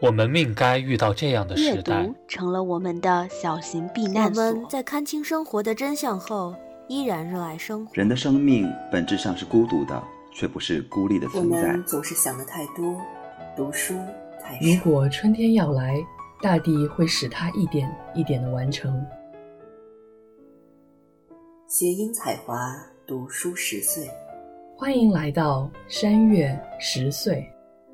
我们命该遇到这样的阅时代。 读成了我们的小型避难所。 我们在看清生活的真相后，依然热爱生活。 人的生命本质上是孤独的，却不是孤立的存在。 我们总是想得太多，读书太少。 如果春天要来，大地会使它一点一点地完成。 谐音彩华，读书10岁。 欢迎来到山月10岁。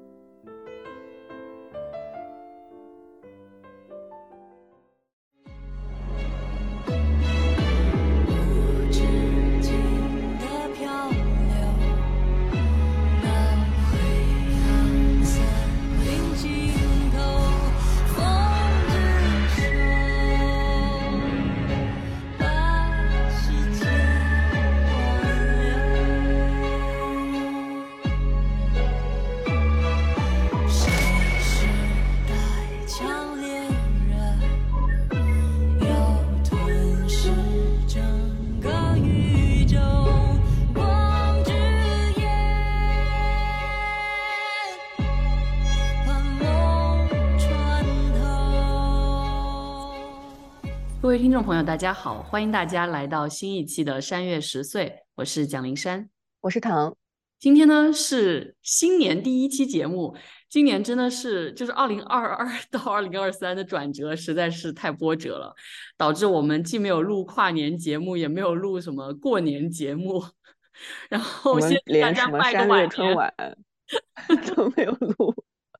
各位听众朋友大家好，欢迎大家来到新一期的山月10岁，我是蒋灵山， 我是唐。 今天呢是新年第一期节目，今年真的是就是2022到2023的转折实在是太波折了，导致我们既没有录跨年节目，也没有录什么过年节目，然后先给大家拜个晚年， 春晚都没有录。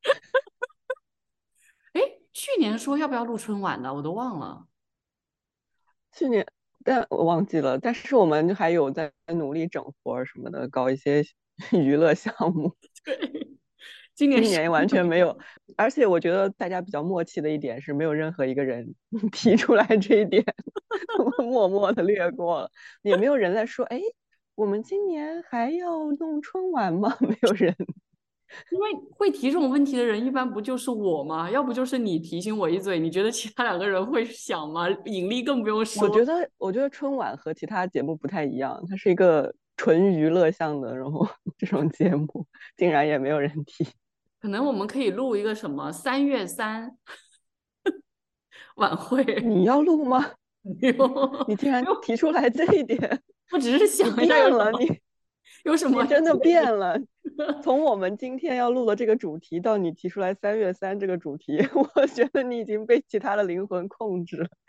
哎，去年说要不要录春晚的，我都忘了。 去年，但我忘记了。但是我们还有在努力整活什么的，搞一些娱乐项目。 对， 今年完全没有。而且我觉得大家比较默契的一点是，没有任何一个人提出来这一点，默默的略过了。也没有人在说，哎，我们今年还要弄春晚吗？没有人。 因为会提这种问题的人一般不就是我吗？要不就是你提醒我一嘴，你觉得其他2个人会想吗？引力更不用说。 我觉得春晚和其他节目不太一样，它是一个纯娱乐向的，然后这种节目竟然也没有人提。 可能我们可以录一个什么3月3晚会。 你要录吗？你竟然提出来这一点。 我只是想一下变了，你有什么？ 你真的变了。从我们今天要录的这个主题到你提出来3月3这个主题，我觉得你已经被其他的灵魂控制了。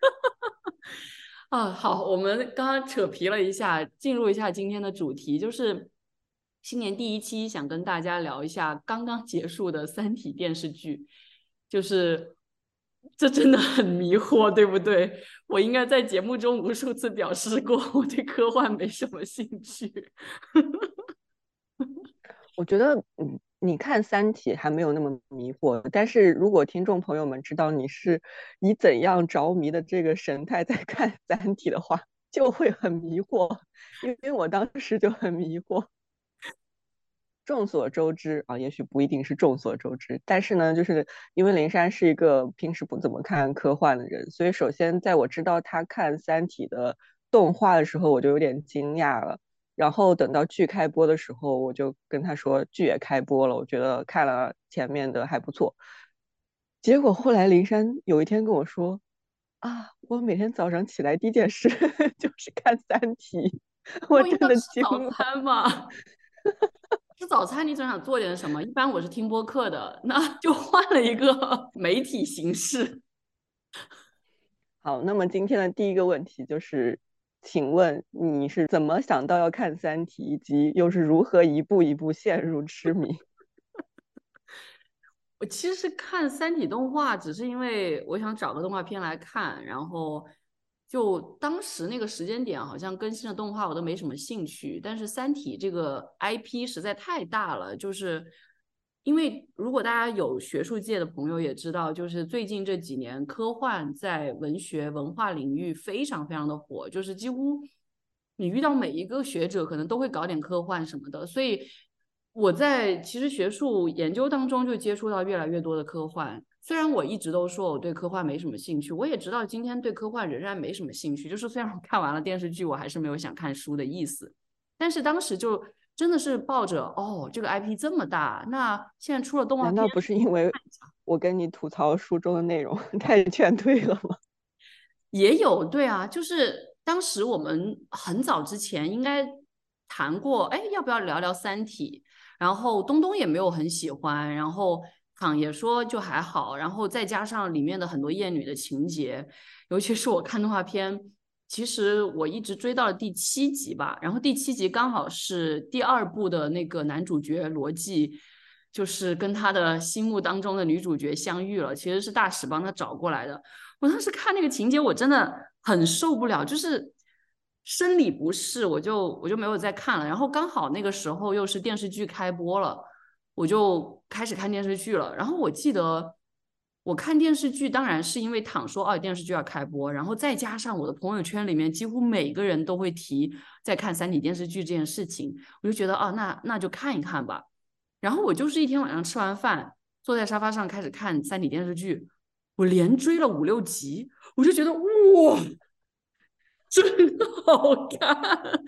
好，我们刚刚扯皮了一下，进入一下今天的主题，就是新年第一期，想跟大家聊一下刚刚结束的《三体》电视剧，就是这真的很迷惑，对不对？我应该在节目中无数次表示过，我对科幻没什么兴趣。 我觉得你看《三体》还没有那么迷惑，但是如果听众朋友们知道你是以怎样着迷的这个神态在看《三体》的话，就会很迷惑，因为我当时就很迷惑。众所周知啊，也许不一定是众所周知，但是呢，就是因为灵山是一个平时不怎么看科幻的人，所以首先在我知道他看《三体》的动画的时候，我就有点惊讶了。然后等到剧开播的时候，我就跟他说剧也开播了，我觉得看了前面的还不错。结果后来灵山有一天跟我说啊，我每天早上起来第一件事就是看《三体》，我真的惊了。 早餐嘛。吃早餐你总想做点什么，一般我是听播客的，那就换了一个媒体形式。 好，那么今天的第一个问题就是请问你是怎么想到要看《三体》，以及又是如何一步一步陷入痴迷？ 我其实是看《三体》动画，只是因为我想找个动画片来看，然后就当时那个时间点好像更新的动画我都没什么兴趣，但是《三体》这个 IP 实在太大了，就是因为如果大家有学术界的朋友也知道，就是最近这几年科幻在文学文化领域非常非常的火，就是几乎你遇到每一个学者可能都会搞点科幻什么的，所以我在其实学术研究当中就接触到越来越多的科幻。虽然我一直都说我对科幻没什么兴趣，我也知道今天对科幻仍然没什么兴趣，就是虽然我看完了电视剧，我还是没有想看书的意思。但是当时就真的是抱着这个 IP 这么大，那现在出了动画片， 难道不是因为我跟你吐槽书中的内容，太劝退了吗？ 也有，对啊，就是当时我们很早之前应该谈过，哎，要不要聊聊《三体》？然后东东也没有很喜欢，然后躺也说就还好，然后再加上里面的很多厌女的情节，尤其是我看动画片，其实我一直追到了第7集吧，然后第7集刚好是第2部的那个男主角罗辑，就是跟他的心目当中的女主角相遇了，其实是大使帮他找过来的。我当时看那个情节，我真的很受不了，就是生理不适，我就没有再看了。然后刚好那个时候又是电视剧开播了，我就开始看电视剧了。然后我记得我看电视剧，当然是因为躺说哦电视剧要开播，然后再加上我的朋友圈里面几乎每个人都会提在看3体电视剧这件事情，我就觉得哦那就看一看吧。然后我就是一天晚上吃完饭，坐在沙发上开始看3体电视剧。我连追了5、6集，我就觉得哇，真好看。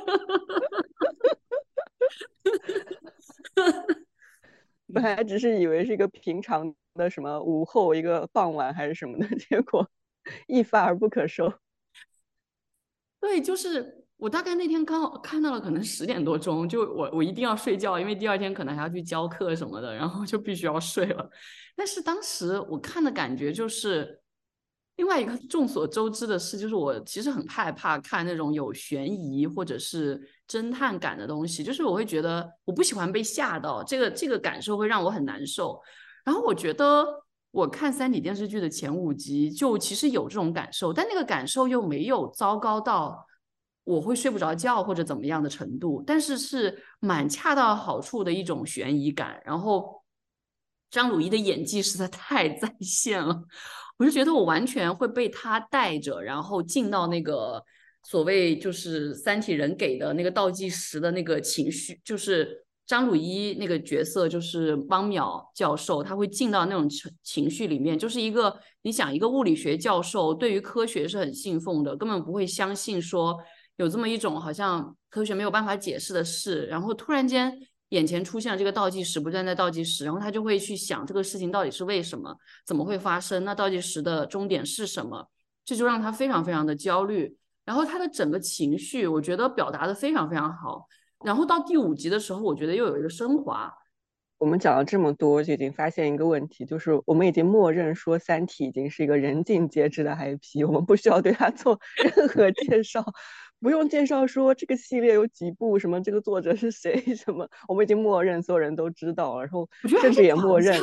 本来只是以为是一个平常的什么午后一个傍晚还是什么的，结果一发而不可收。 对，就是我大概那天刚好看到了，可能10点多钟，就我一定要睡觉，因为第2天可能还要去教课什么的，然后就必须要睡了。但是当时我看的感觉就是，另外一个众所周知的事，就是我其实很害怕看那种有悬疑或者是侦探感的东西，就是我会觉得我不喜欢被吓到，这个感受会让我很难受。然后我觉得我看3体电视剧的前5集，就其实有这种感受，但那个感受又没有糟糕到我会睡不着觉或者怎么样的程度，但是是蛮恰到好处的一种悬疑感。然后张鲁一的演技实在太在线了，我就觉得我完全会被他带着，然后进到那个所谓就是3体人给的那个倒计时的那个情绪，就是张鲁一那个角色就是汪淼教授，他会进到那种情绪里面，就是一个你想一个物理学教授对于科学是很信奉的，根本不会相信说有这么一种好像科学没有办法解释的事，然后突然间眼前出现了这个倒计时，不断在倒计时，然后他就会去想这个事情到底是为什么，怎么会发生，那倒计时的终点是什么，这就让他非常非常的焦虑。然后他的整个情绪我觉得表达的非常非常好，然后到第5集的时候我觉得又有一个升华。 我们讲了这么多，就已经发现一个问题，就是我们已经默认说《三体》已经是一个人尽皆知的 IP， 我们不需要对它做任何介绍，不用介绍说这个系列有几部，什么这个作者是谁，什么，我们已经默认所有人都知道，然后甚至也默认。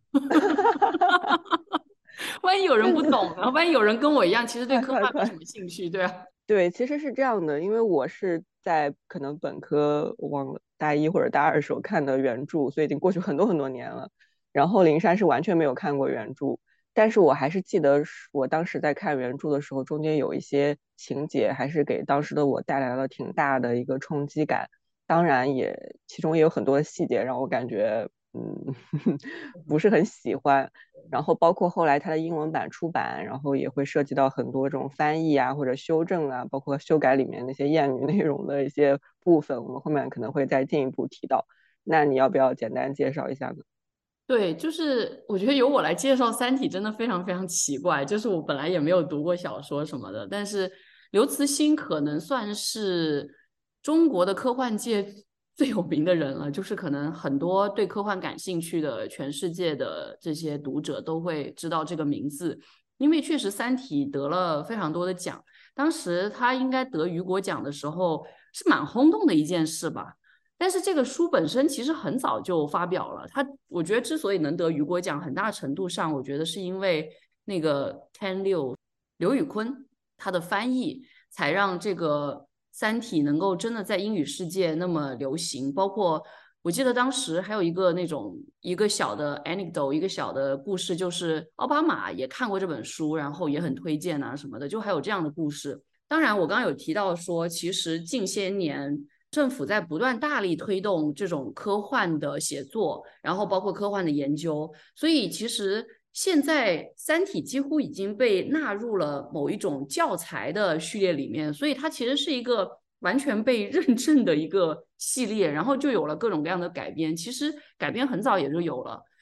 万一有人不懂呢？万一有人跟我一样，其实对科幻没什么兴趣，对啊。 对，其实是这样的，因为我是在可能本科我忘了大1或者大2的时候看的原著，所以已经过去很多很多年了。然后灵山是完全没有看过原著，但是我还是记得我当时在看原著的时候，中间有一些情节还是给当时的我带来了挺大的一个冲击感。当然也其中也有很多的细节让我感觉不是很喜欢。然后包括后来它的英文版出版，然后也会涉及到很多这种翻译啊或者修正啊，包括修改里面那些谚语内容的一些部分，我们后面可能会再进一步提到。那你要不要简单介绍一下呢？ 对，就是我觉得由我来介绍《三体》真的非常非常奇怪，就是我本来也没有读过小说什么的，但是刘慈欣可能算是中国的科幻界最有名的人了，就是可能很多对科幻感兴趣的全世界的这些读者都会知道这个名字，因为确实《三体》得了非常多的奖，当时他应该得雨果奖的时候是蛮轰动的一件事吧。但是这个书本身其实很早就发表了，我觉得之所以能得雨果奖，很大程度上我觉得是因为那个 Ken Liu 刘宇昆他的翻译，才让这个三体能够真的在英语世界那么流行。包括我记得当时还有一个那种一个小的 anecdote， 一个小的故事，就是奥巴马也看过这本书，然后也很推荐啊什么的，就还有这样的故事。当然我刚刚有提到说，其实近些年政府在不断大力推动这种科幻的写作，然后包括科幻的研究，所以其实现在《三体》几乎已经被纳入了某一种教材的序列里面，所以它其实是一个完全被认证的一个系列，然后就有了各种各样的改编。其实改编很早也就有了，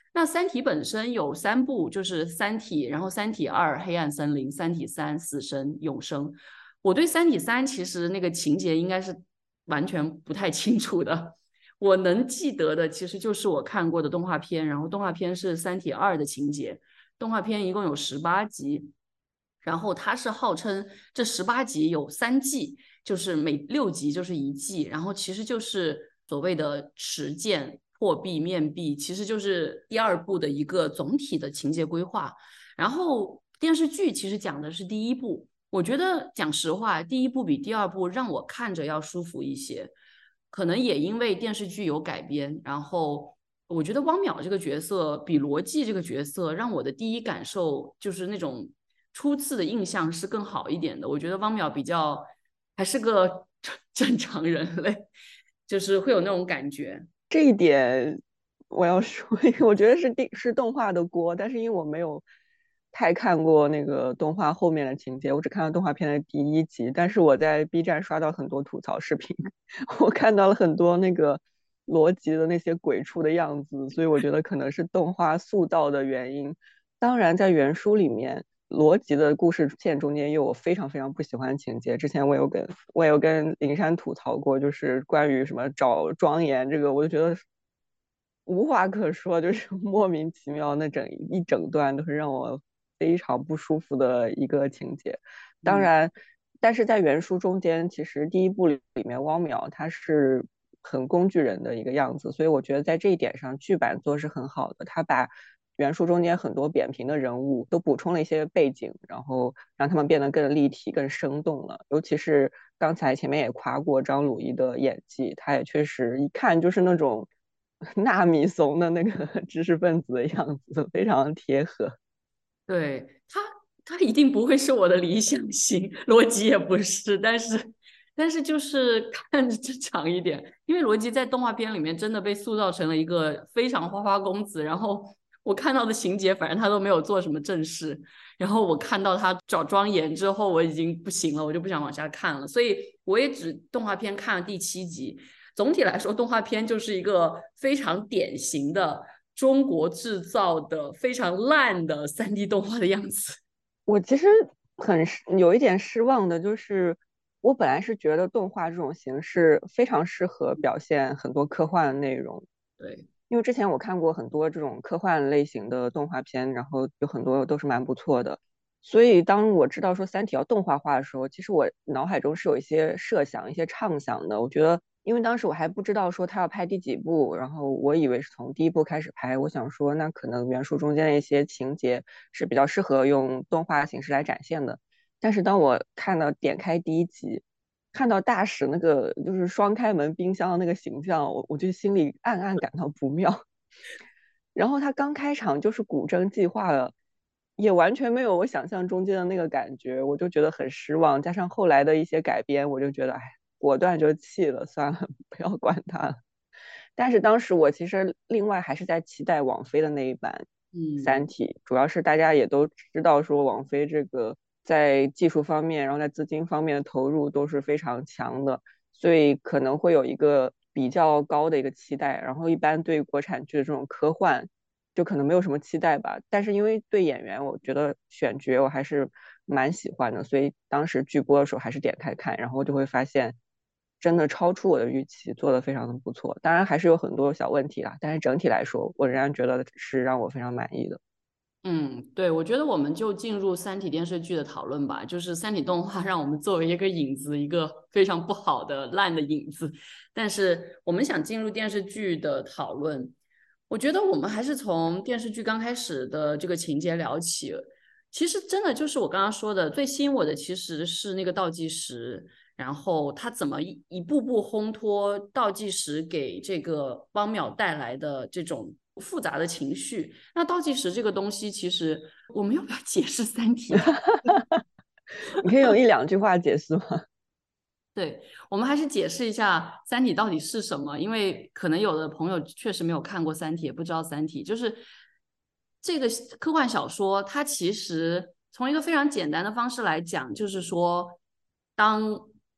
那《三体》本身有3部，就是《三体》，然后《三体2》黑暗森林，《三体3》死神永生。我对《三体3》其实那个情节应该是完全不太清楚的，我能记得的其实就是我看过的动画片，然后动画片是《三体2》的情节，动画片一共有18集，然后它是号称这18集有3季，就是每6集就是1季，然后其实就是所谓的持剑破壁面壁，其实就是第2部的一个总体的情节规划。然后电视剧其实讲的是第1部，我觉得讲实话，第1部比第2部让我看着要舒服一些，可能也因为电视剧有改编，然后我觉得汪淼这个角色比罗辑这个角色让我的第一感受就是那种初次的印象是更好一点的。我觉得汪淼比较还是个正常人类，就是会有那种感觉。 这一点我要说，我觉得是动画的锅，但是因为我没有太看过那个动画后面的情节，我只看到动画片的第1集，但是我在 B 站刷到很多吐槽视频，我看到了很多那个罗辑的那些鬼畜的样子，所以我觉得可能是动画塑造的原因。当然在原书里面，罗辑的故事线中间也有我非常非常不喜欢的情节，之前我有跟林珊吐槽过，就是关于什么找庄严这个，我就觉得无话可说，就是莫名其妙，那一整段都是让我非常不舒服的一个情节。当然，但是在原书中间，其实第1部里面汪淼他是很工具人的一个样子，所以我觉得在这一点上剧版做是很好的，他把原书中间很多扁平的人物都补充了一些背景，然后让他们变得更立体、更生动了。尤其是刚才前面也夸过张鲁一的演技，他也确实一看就是那种纳米怂的那个知识分子的样子，非常贴合。 对，他一定不会是我的理想型，罗辑也不是，但是就是看着正常一点，因为罗辑在动画片里面真的被塑造成了一个非常花花公子，然后我看到的情节反正他都没有做什么正事，然后我看到他找庄严之后我已经不行了，我就不想往下看了，所以我也只动画片看了第7集。总体来说动画片就是一个非常典型的中国制造的非常烂的3D 动画的样子。 我其实有一点失望的就是，我本来是觉得动画这种形式非常适合表现很多科幻的内容。 对， 因为之前我看过很多这种科幻类型的动画片，然后有很多都是蛮不错的。所以当我知道说《三体》要动画化的时候，其实我脑海中是有一些设想、一些畅想的。我觉得，因为当时我还不知道说他要拍第几部，然后我以为是从第1部开始拍。我想说，那可能原书中间的一些情节是比较适合用动画形式来展现的。但是当我点开第1集，看到大使那个就是双开门冰箱的那个形象，我就心里暗暗感到不妙。然后他刚开场就是古筝计划了，也完全没有我想象中间的那个感觉，我就觉得很失望。加上后来的一些改编，我就觉得哎，果断就弃了，算了，不要管它了。但是当时我其实另外还是在期待网飞的那一版《三体》，主要是大家也都知道说网飞这个在技术方面，然后在资金方面的投入都是非常强的，所以可能会有一个比较高的一个期待。然后一般对国产剧的这种科幻就可能没有什么期待吧，但是因为对演员我觉得选角我还是蛮喜欢的，所以当时剧播的时候还是点开看，然后就会发现真的超出我的预期，做得非常的不错。当然还是有很多小问题啦，但是整体来说我仍然觉得是让我非常满意的。 对，我觉得我们就进入三体电视剧的讨论吧。就是三体动画让我们作为一个影子，一个非常不好的烂的影子，但是我们想进入电视剧的讨论，我觉得我们还是从电视剧刚开始的这个情节聊起。其实真的就是我刚刚说的，最吸引我的其实是那个倒计时，然后他怎么一步步烘托倒计时给这个汪淼带来的这种复杂的情绪。那倒计时这个东西，其实我们要不要解释三体？ 你可以用1-2句话解释吗？ 对，我们还是解释一下三体到底是什么，因为可能有的朋友确实没有看过三体，也不知道三体。就是这个科幻小说，它其实从一个非常简单的方式来讲，就是说当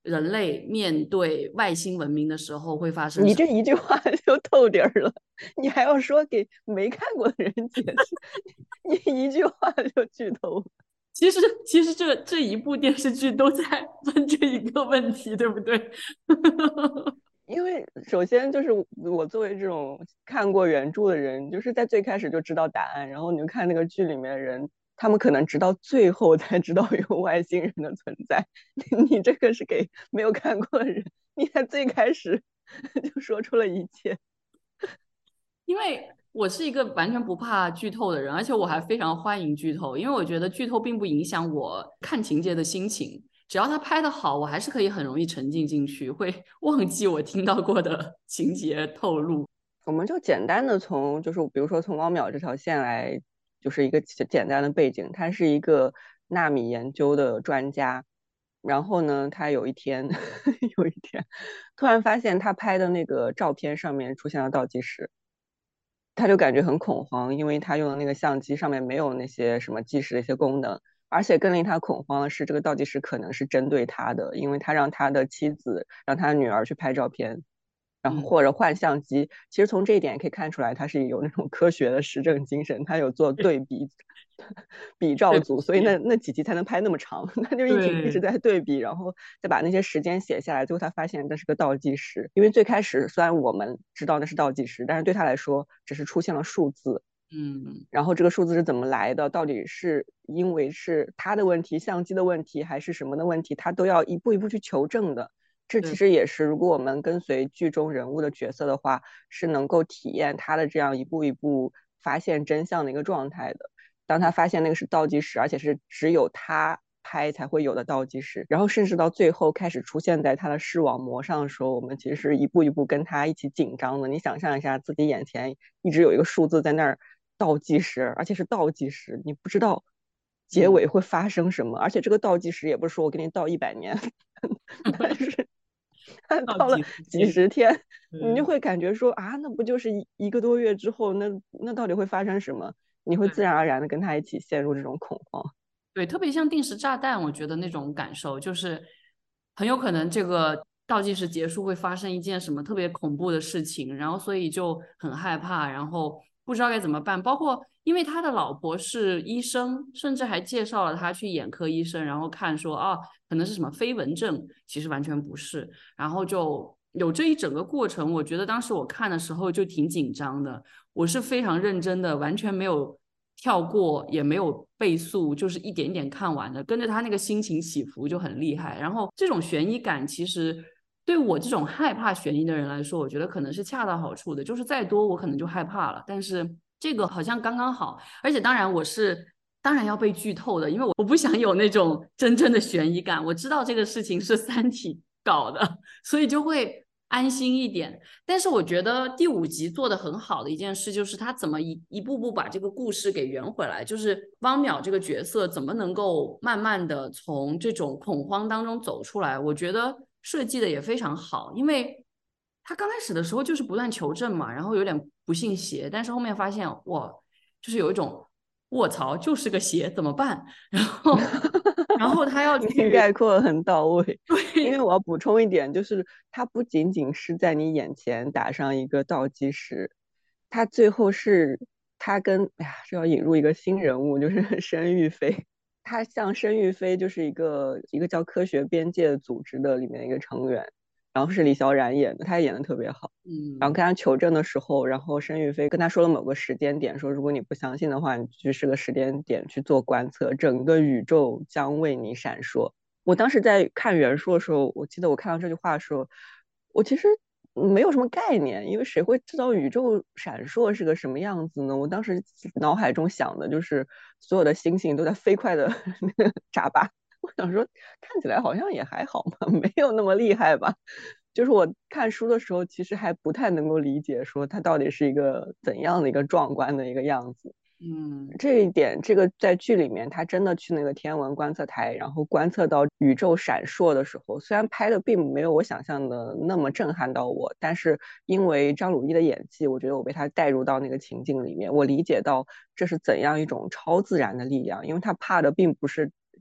人类面对外星文明的时候会发生你什么。 这一句话就透底儿了，你还要说给没看过的人解释，你一句话就剧透了。 其实这一部电视剧都在问这一个问题，对不对？ 因为首先就是我作为这种看过原著的人，就是在最开始就知道答案，然后你就看那个剧里面的人，他们可能直到最后才知道有外星人的存在。你这个是给没有看过的人，你在最开始就说出了一切。 因为我是一个完全不怕剧透的人，而且我还非常欢迎剧透，因为我觉得剧透并不影响我看情节的心情，只要他拍得好，我还是可以很容易沉浸进去，会忘记我听到过的情节透露。 我们就简单的从就是比如说从汪淼这条线来，就是一个简单的背景，他是一个纳米研究的专家，然后呢，他有一天突然发现他拍的那个照片上面出现了倒计时，他就感觉很恐慌，因为他用的那个相机上面没有那些什么计时的一些功能，而且更令他恐慌的是，这个倒计时可能是针对他的，因为他让他的妻子让他女儿去拍照片，然后或者换相机。其实从这一点也可以看出来，他是有那种科学的实证精神，他有做对比比照组，所以那几集才能拍那么长，他就一直在对比，然后再把那些时间写下来。最后他发现这是个倒计时，因为最开始虽然我们知道那是倒计时，但是对他来说只是出现了数字。然后这个数字是怎么来的？到底是因为是他的问题、相机的问题，还是什么的问题？他都要一步一步去求证的。这其实也是，如果我们跟随剧中人物的角色的话，是能够体验他的这样一步一步发现真相的一个状态的。当他发现那个是倒计时，而且是只有他拍才会有的倒计时，然后甚至到最后开始出现在他的视网膜上的时候，我们其实是一步一步跟他一起紧张的。你想象一下，自己眼前一直有一个数字在那儿倒计时，而且是倒计时，你不知道结尾会发生什么，而且这个倒计时也不是说我给你倒100年，但是到了几十天，你就会感觉说啊，那不就是一个多月之后，那到底会发生什么？你会自然而然的跟他一起陷入这种恐慌。 对，特别像定时炸弹，我觉得那种感受就是很有可能这个倒计时结束会发生一件什么特别恐怖的事情，然后所以就很害怕，然后不知道该怎么办。包括因为他的老婆是医生，甚至还介绍了他去眼科医生，然后看说啊，可能是什么飞蚊症，其实完全不是。然后就有这一整个过程，我觉得当时我看的时候就挺紧张的，我是非常认真的，完全没有跳过，也没有倍速，就是一点一点看完的，跟着他那个心情起伏就很厉害。然后这种悬疑感其实对我这种害怕悬疑的人来说，我觉得可能是恰到好处的，就是再多我可能就害怕了，但是这个好像刚刚好。而且当然当然要被剧透的，因为我不想有那种真正的悬疑感，我知道这个事情是三体搞的，所以就会安心一点。但是我觉得第5集做的很好的一件事，就是他怎么一步步把这个故事给圆回来，就是汪淼这个角色怎么能够慢慢的从这种恐慌当中走出来，我觉得设计的也非常好。因为他刚开始的时候就是不断求证嘛，然后有点不信邪，但是后面发现哇，就是有一种卧槽就是个邪怎么办，然后他要去概括得很到位。因为我要补充一点，就是它不仅仅是在你眼前打上一个倒计时，它最后是他跟是要引入一个新人物，就是申玉飞。他像申玉飞就是一个叫科学边界组织的里面一个成员，然后是李小冉演的，他演的特别好。然后跟他求证的时候，然后申玉飞跟他说了某个时间点，说如果你不相信的话，你就是个时间点去做观测，整个宇宙将为你闪烁。我当时在看原书的时候，我记得我看到这句话的时候，我其实没有什么概念，因为谁会知道宇宙闪烁是个什么样子呢？我当时脑海中想的就是所有的星星都在飞快的眨巴，我想说看起来好像也还好嘛，没有那么厉害吧。就是我看书的时候，其实还不太能够理解说它到底是一个怎样的一个壮观的一个样子。这一点，这个在剧里面，他真的去那个天文观测台，然后观测到宇宙闪烁的时候，虽然拍的并没有我想象的那么震撼到我，但是因为张鲁一的演技，我觉得我被他带入到那个情境里面，我理解到这是怎样一种超自然的力量，因为他怕的并不是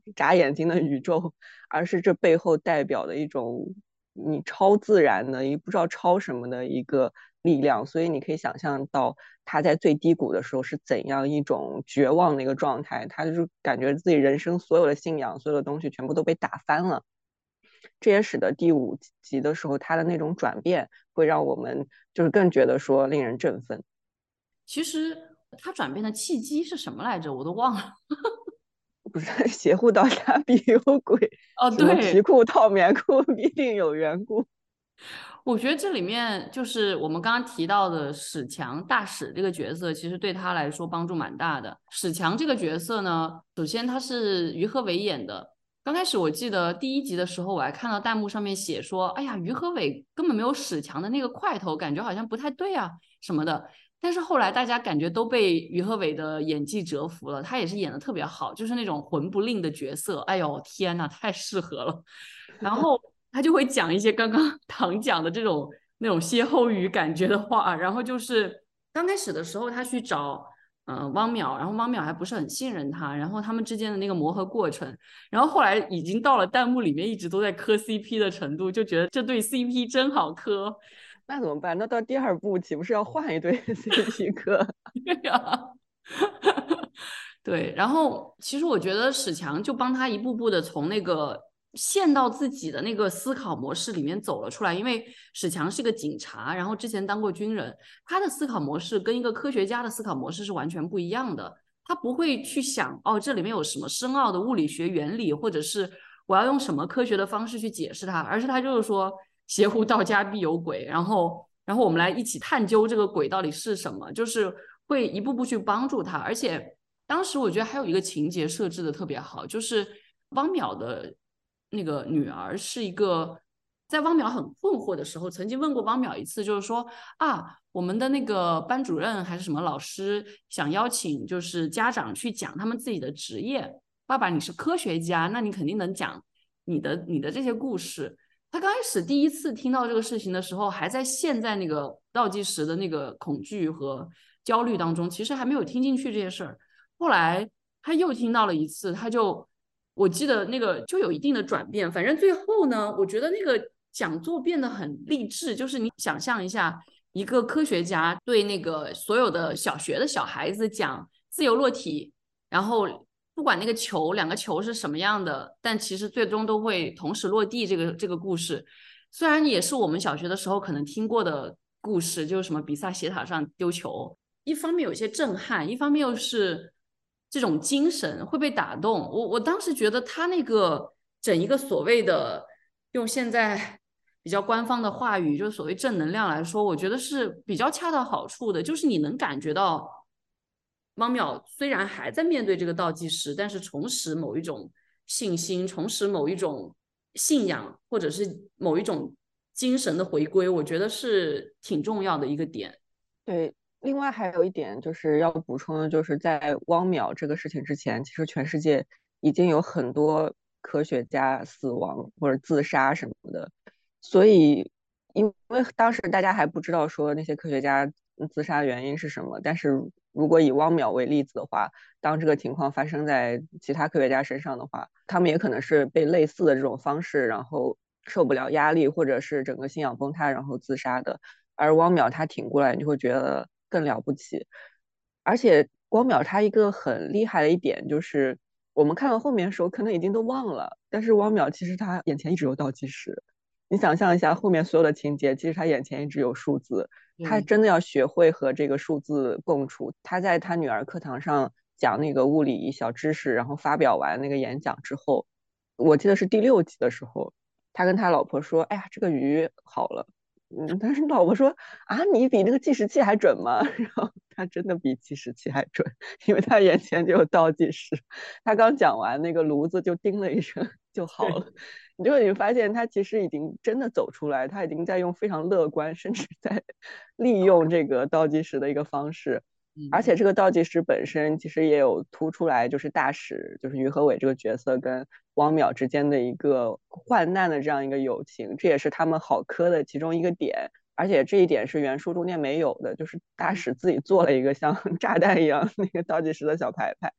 眨眼睛的宇宙，而是这背后代表的一种你超自然的，也不知道超什么的一个力量。所以你可以想象到他在最低谷的时候是怎样一种绝望的一个状态，他就感觉自己人生所有的信仰，所有的东西全部都被打翻了。这也使得第5集的时候他的那种转变会让我们就是更觉得说令人振奋。 其实他转变的契机是什么来着？我都忘了。 不是邪乎到家必有鬼，什么对， 皮裤套棉裤必定有缘故。 我觉得这里面就是我们刚刚提到的史强大使这个角色，其实对他来说帮助蛮大的。史强这个角色呢，首先他是于和伟演的。刚开始我记得第1集的时候，我还看到弹幕上面写说：“哎呀，于和伟根本没有史强的那个块头，感觉好像不太对啊什么的。”但是后来大家感觉都被于和伟的演技折服了，他也是演的特别好，就是那种魂不吝的角色。哎呦天呐，太适合了。然后他就会讲一些刚刚唐讲的这种那种歇后语感觉的话，然后就是刚开始的时候他去找汪淼，然后汪淼还不是很信任他，然后他们之间的那个磨合过程，然后后来已经到了弹幕里面一直都在磕 CP 的程度，就觉得这对 CP 真好磕。 那怎么办？那到第2部岂不是要换一对 CP 磕？ 对呀，对。然后其实我觉得史强就帮他一步步的从那个陷到自己的那个思考模式里面走了出来，因为史强是个警察，然后之前当过军人，他的思考模式跟一个科学家的思考模式是完全不一样的。他不会去想哦，这里面有什么深奥的物理学原理，或者是我要用什么科学的方式去解释它，而是他就是说邪乎到家必有鬼，然后我们来一起探究这个鬼到底是什么，就是会一步步去帮助他。而且当时我觉得还有一个情节设置的特别好，就是汪淼的那个女儿是一个，在汪淼很困惑的时候，曾经问过汪淼一次，就是说啊，我们的那个班主任还是什么老师想邀请就是家长去讲他们自己的职业。爸爸，你是科学家，那你肯定能讲你的这些故事。他刚开始第一次听到这个事情的时候，还在陷在那个倒计时的那个恐惧和焦虑当中，其实还没有听进去这些事儿。后来他又听到了一次，我记得那个就有一定的转变。反正最后呢，我觉得那个讲座变得很励志，就是你想象一下，一个科学家对那个所有的小学的小孩子讲自由落体，然后不管那个两个球是什么样的，但其实最终都会同时落地。这个故事虽然也是我们小学的时候可能听过的故事，就是什么比萨斜塔上丢球，一方面有些震撼，一方面又是这种精神会被打动。我当时觉得他那个整一个所谓的用现在比较官方的话语，就是所谓正能量来说，我觉得是比较恰到好处的，就是你能感觉到汪淼虽然还在面对这个倒计时，但是重拾某一种信心，重拾某一种信仰，或者是某一种精神的回归，我觉得是挺重要的一个点。 对，另外还有一点就是要补充的，就是在汪淼这个事情之前，其实全世界已经有很多科学家死亡或者自杀什么的，所以因为当时大家还不知道说那些科学家自杀原因是什么，但是如果以汪淼为例子的话，当这个情况发生在其他科学家身上的话，他们也可能是被类似的这种方式，然后受不了压力，或者是整个信仰崩塌，然后自杀的。而汪淼他挺过来，你就会觉得更了不起。而且汪淼他一个很厉害的一点就是，我们看到后面的时候可能已经都忘了，但是汪淼其实他眼前一直有倒计时。你想象一下后面所有的情节，其实他眼前一直有数字，他真的要学会和这个数字共处。他在他女儿课堂上讲那个物理小知识，然后发表完那个演讲之后，我记得是第6集的时候，他跟他老婆说：“哎呀，这个鱼好了。”但是老婆说啊，你比那个计时器还准吗？然后他真的比计时器还准，因为他眼前就有倒计时。他刚讲完，那个炉子就叮了一声就好了。你发现他其实已经真的走出来，他已经在用非常乐观，甚至在利用这个倒计时的一个方式。而且这个倒计时本身其实也有突出来，就是大使，就是于和伟这个角色跟汪淼之间的一个患难的这样一个友情，这也是他们好磕的其中一个点。而且这一点是原书中间没有的，就是大使自己做了一个像炸弹一样那个倒计时的小牌牌。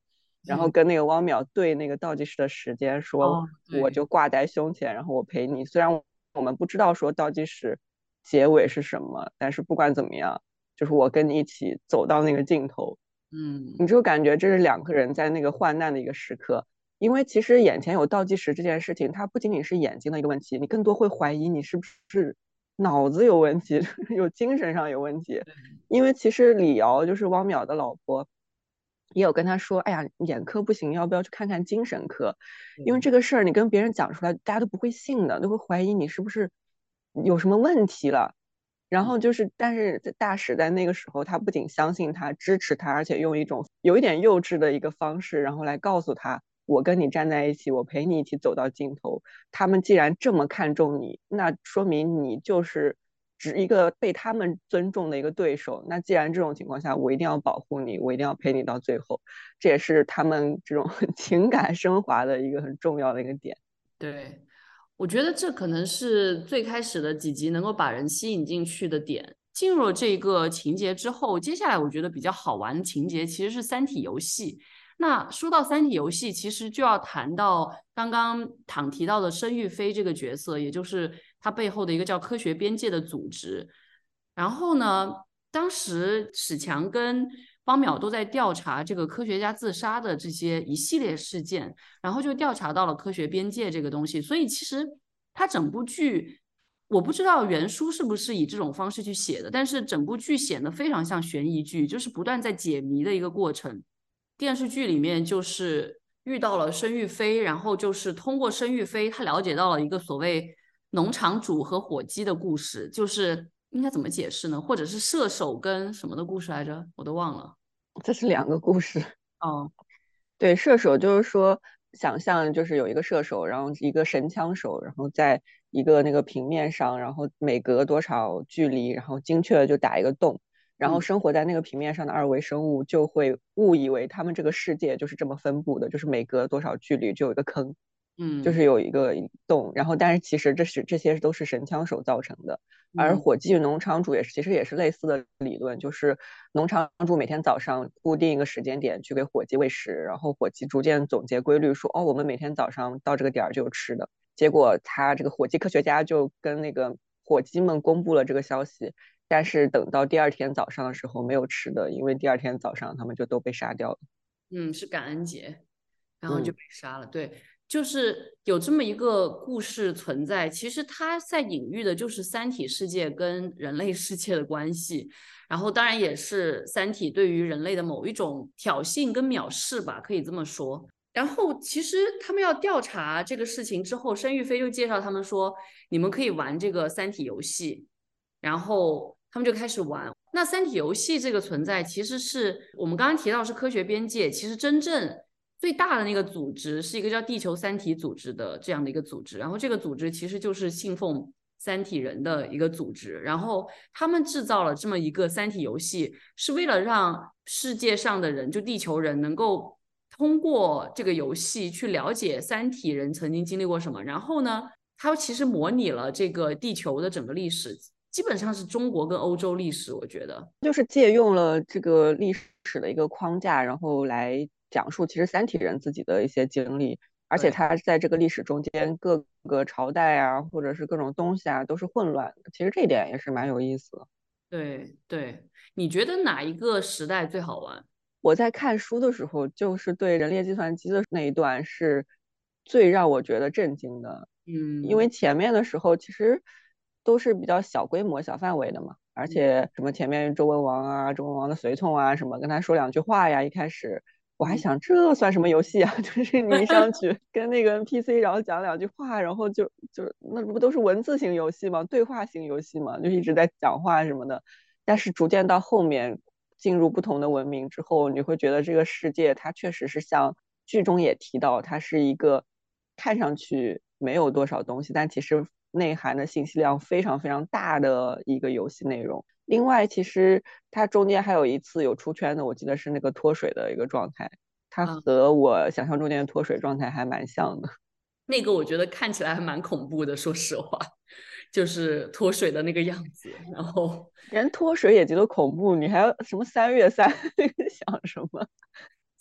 然后跟那个汪淼对那个倒计时的时间，说哦， 我对， 就挂在胸前，然后我陪你。虽然我们不知道说倒计时结尾是什么，但是不管怎么样，就是我跟你一起走到那个尽头。你嗯， 就感觉这是两个人在那个患难的一个时刻。因为其实眼前有倒计时这件事情，它不仅仅是眼睛的一个问题，你更多会怀疑你是不是脑子有问题，有精神上有问题。因为其实李瑶就是汪淼的老婆，也有跟他说，哎呀，眼科不行，要不要去看看精神科？因为这个事儿你跟别人讲出来，大家都不会信的，都会怀疑你是不是有什么问题了。然后就是，但是在大使在那个时候，他不仅相信他、支持他，而且用一种有一点幼稚的一个方式，然后来告诉他，我跟你站在一起，我陪你一起走到尽头。他们既然这么看重你，那说明你就是只一个被他们尊重的一个对手。那既然这种情况下，我一定要保护你，我一定要陪你到最后。这也是他们这种情感升华的一个很重要的一个点。 对，我觉得这可能是最开始的几集能够把人吸引进去的点。进入了这个情节之后，接下来我觉得比较好玩的情节其实是三体游戏。那说到三体游戏，其实就要谈到刚刚唐提到的申玉飞这个角色，也就是他背后的一个叫科学边界的组织。然后呢，当时史强跟方淼都在调查这个科学家自杀的这些一系列事件，然后就调查到了科学边界这个东西。所以其实它整部剧，我不知道原书是不是以这种方式去写的，但是整部剧显得非常像悬疑剧，就是不断在解谜的一个过程。电视剧里面就是遇到了申玉飞，然后就是通过申玉飞，他了解到了一个所谓农场主和火鸡的故事，就是应该怎么解释呢？或者是射手跟什么的故事来着？我都忘了。 这是两个故事。 哦， 对，射手就是说，想象就是有一个射手，然后一个神枪手，然后在一个那个平面上，然后每隔多少距离，然后精确的就打一个洞，然后生活在那个平面上的二维生物就会误以为他们这个世界就是这么分布的，就是每隔多少距离就有一个坑，就是有一个洞，然后但是其实这些都是神枪手造成的。而火鸡与农场主其实也是类似的理论，就是农场主每天早上固定一个时间点去给火鸡喂食，然后火鸡逐渐总结规律说，哦，我们每天早上到这个点儿就有吃的。结果他这个火鸡科学家就跟那个火鸡们公布了这个消息，但是等到第二天早上的时候没有吃的，因为第二天早上他们就都被杀掉了。 是感恩节，然后就被杀了。对，就是有这么一个故事存在，其实它在隐喻的就是三体世界跟人类世界的关系，然后当然也是三体对于人类的某一种挑衅跟藐视吧，可以这么说。然后其实他们要调查这个事情之后，申玉飞就介绍他们说，你们可以玩这个三体游戏，然后他们就开始玩。那三体游戏这个存在，其实是我们刚刚提到是科学边界，其实真正最大的那个组织是一个叫地球三体组织的这样的一个组织，然后这个组织其实就是信奉三体人的一个组织，然后他们制造了这么一个三体游戏，是为了让世界上的人，就地球人能够通过这个游戏去了解三体人曾经经历过什么，然后呢，它其实模拟了这个地球的整个历史，基本上是中国跟欧洲历史，我觉得就是借用了这个历史的一个框架，然后来讲述其实三体人自己的一些经历，而且它在这个历史中间各个朝代啊，或者是各种东西啊，都是混乱的。其实这一点也是蛮有意思的。 对对，你觉得哪一个时代最好玩？ 我在看书的时候，就是对人列计算机的那一段是最让我觉得震惊的。因为前面的时候其实都是比较小规模、小范围的嘛，而且什么前面周文王啊、周文王的随从啊，什么跟他说两句话呀，一开始我还想这算什么游戏啊？就是你一上去跟那个 NPC，然后讲两句话，然后就那不都是文字型游戏吗？对话型游戏吗？就一直在讲话什么的。但是逐渐到后面进入不同的文明之后，你会觉得这个世界它确实是像剧中也提到，它是一个看上去没有多少东西，但其实内涵的信息量非常非常大的一个游戏内容。另外，其实它中间还有一次有出圈的，我记得是那个脱水的一个状态，它和我想象中间的脱水状态还蛮像的。 那个我觉得看起来还蛮恐怖的，说实话，就是脱水的那个样子。然后连脱水也觉得恐怖，你还要什么3月3想什么？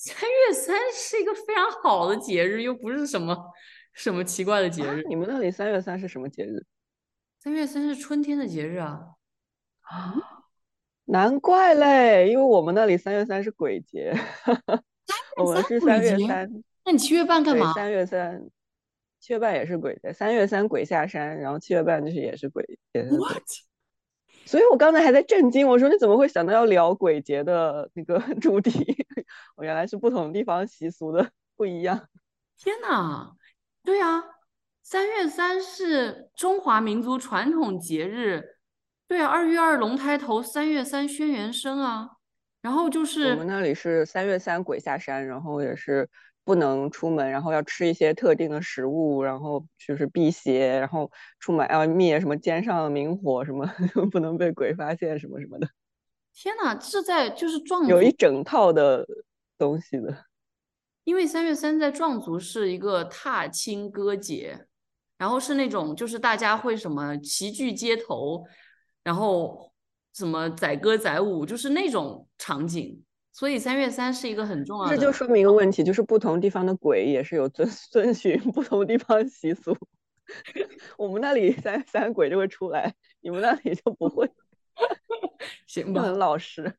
3月3是一个非常好的节日，又不是什么奇怪的节日。 你们那里3月3是什么节日 3月3是春天的节日啊。 啊？难怪嘞，因为我们那里3月3是鬼节，我们是鬼节 3月3。 那你7月半干对， 嘛 3月3，7月半也是鬼节，3月3鬼下山，然后7月半就是也是鬼。 ？What？ 所以我刚才还在震惊，我说你怎么会想到要聊鬼节的那个主题？我原来是不同地方习俗的不一样。 天哪！对啊，3月3是中华民族传统节日。对啊，2月2龙抬头，3月3轩辕生啊。然后就我是们那里是3月3鬼下山，然后也是不能出门，然后要吃一些特定的食物，然后就是辟邪，然后出门要灭什么肩上的明火什么，不能被鬼发现什么什么的， 天哪，是在就是壮有一族， 整套的东西的。 因为3月3在壮族是一个踏青歌节，然后是那种就是大家会什么齐聚街头，然后什么载歌载舞，就是那种场景。所以3月3是一个很重要的。 这就说明一个问题，就是不同地方的鬼也是有遵循不同地方习俗。我们那里3月3鬼就会出来，你们那里就不会， 行就很吧。 老实。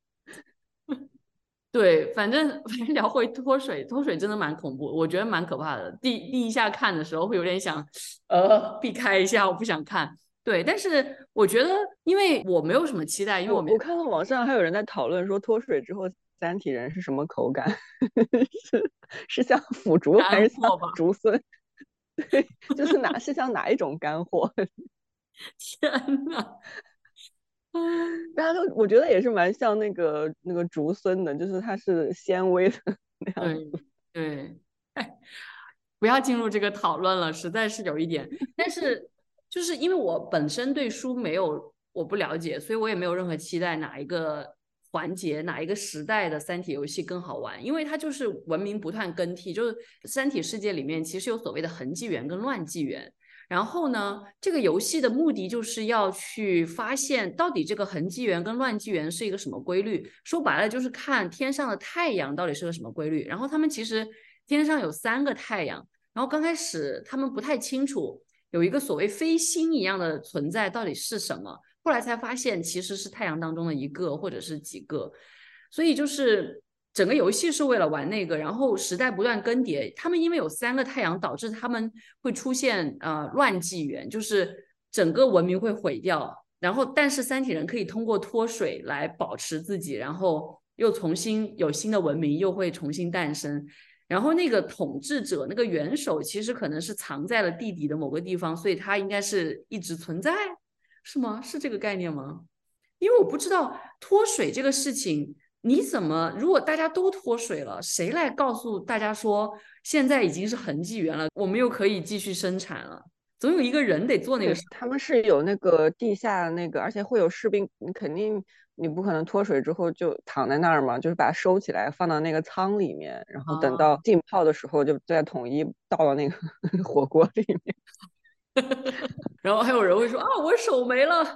对，反正聊回脱水，脱水真的蛮恐怖，我觉得蛮可怕的。第一下看的时候会有点想，避开一下，我不想看。对，但是我觉得，因为我没有什么期待，因为没我看到网上还有人在讨论说脱水之后三体人是什么口感，是像腐竹还是像干货吧。 竹荪？对，就是是像哪一种干货？ 天呐， 大家都我觉得也是蛮像那个竹荪的，就是它是纤维的那样对子。 对，哎，不要进入这个讨论了，实在是有一点。但是就是因为我本身对书我不了解，所以我也没有任何期待哪一个环节、哪一个时代的三体游戏更好玩，因为它就是文明不断更替，就是三体世界里面其实有所谓的痕纪元跟乱纪元。然后呢，这个游戏的目的就是要去发现到底这个痕纪元跟乱纪元是一个什么规律。说白了就是看天上的太阳到底是个什么规律。然后他们其实天上有3个太阳，然后刚开始他们不太清楚有一个所谓飞星一样的存在到底是什么，后来才发现其实是太阳当中的一个或者是几个。所以就是整个游戏是为了玩那个，然后时代不断更迭，他们因为有3个太阳，导致他们会出现乱纪元，就是整个文明会毁掉。然后但是三体人可以通过脱水来保持自己，然后又重新有新的文明又会重新诞生。然后那个统治者那个元首其实可能是藏在了地底的某个地方，所以他应该是一直存在，是吗？是这个概念吗？因为我不知道脱水这个事情，你怎么如果大家都脱水了，谁来告诉大家说现在已经是痕纪元了，我们又可以继续生产了？总有一个人得做那个事。 他们是有那个地下那个，而且会有士兵，你不可能脱水之后就躺在那儿嘛，就是把它收起来放到那个舱里面，然后等到浸泡的时候就再统一倒到那个火锅里面。 然后还有人会说啊，我手没了。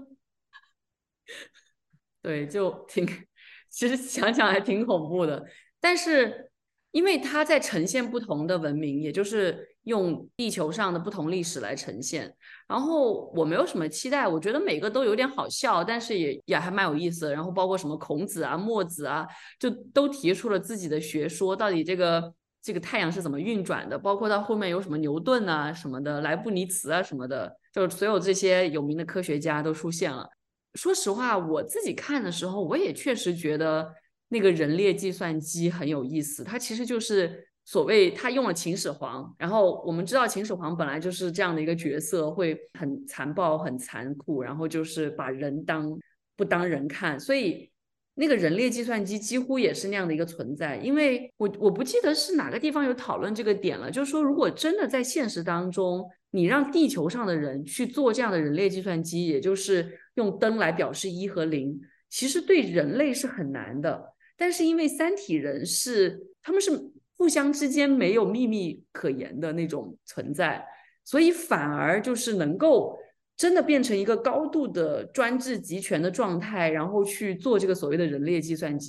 对，其实想想还挺恐怖的。但是因为它在呈现不同的文明，也就是用地球上的不同历史来呈现。然后我没有什么期待，我觉得每个都有点好笑，但是也还蛮有意思的。然后包括什么孔子啊、墨子啊，就都提出了自己的学说，到底这个太阳是怎么运转的，包括到后面有什么牛顿啊什么的、莱布尼茨啊什么的，就所有这些有名的科学家都出现了。说实话，我自己看的时候，我也确实觉得那个人列计算机很有意思。它其实就是所谓他用了秦始皇，然后我们知道秦始皇本来就是这样的一个角色，会很残暴、很残酷，然后就是把人不当人看，所以那个人列计算机几乎也是那样的一个存在。因为我不记得是哪个地方有讨论这个点了，就是说如果真的在现实当中，你让地球上的人去做这样的人列计算机，也就是用灯来表示1和0，其实对人类是很难的。但是因为三体人他们是互相之间没有秘密可言的那种存在，所以反而就是能够真的变成一个高度的专制集权的状态，然后去做这个所谓的人列计算机。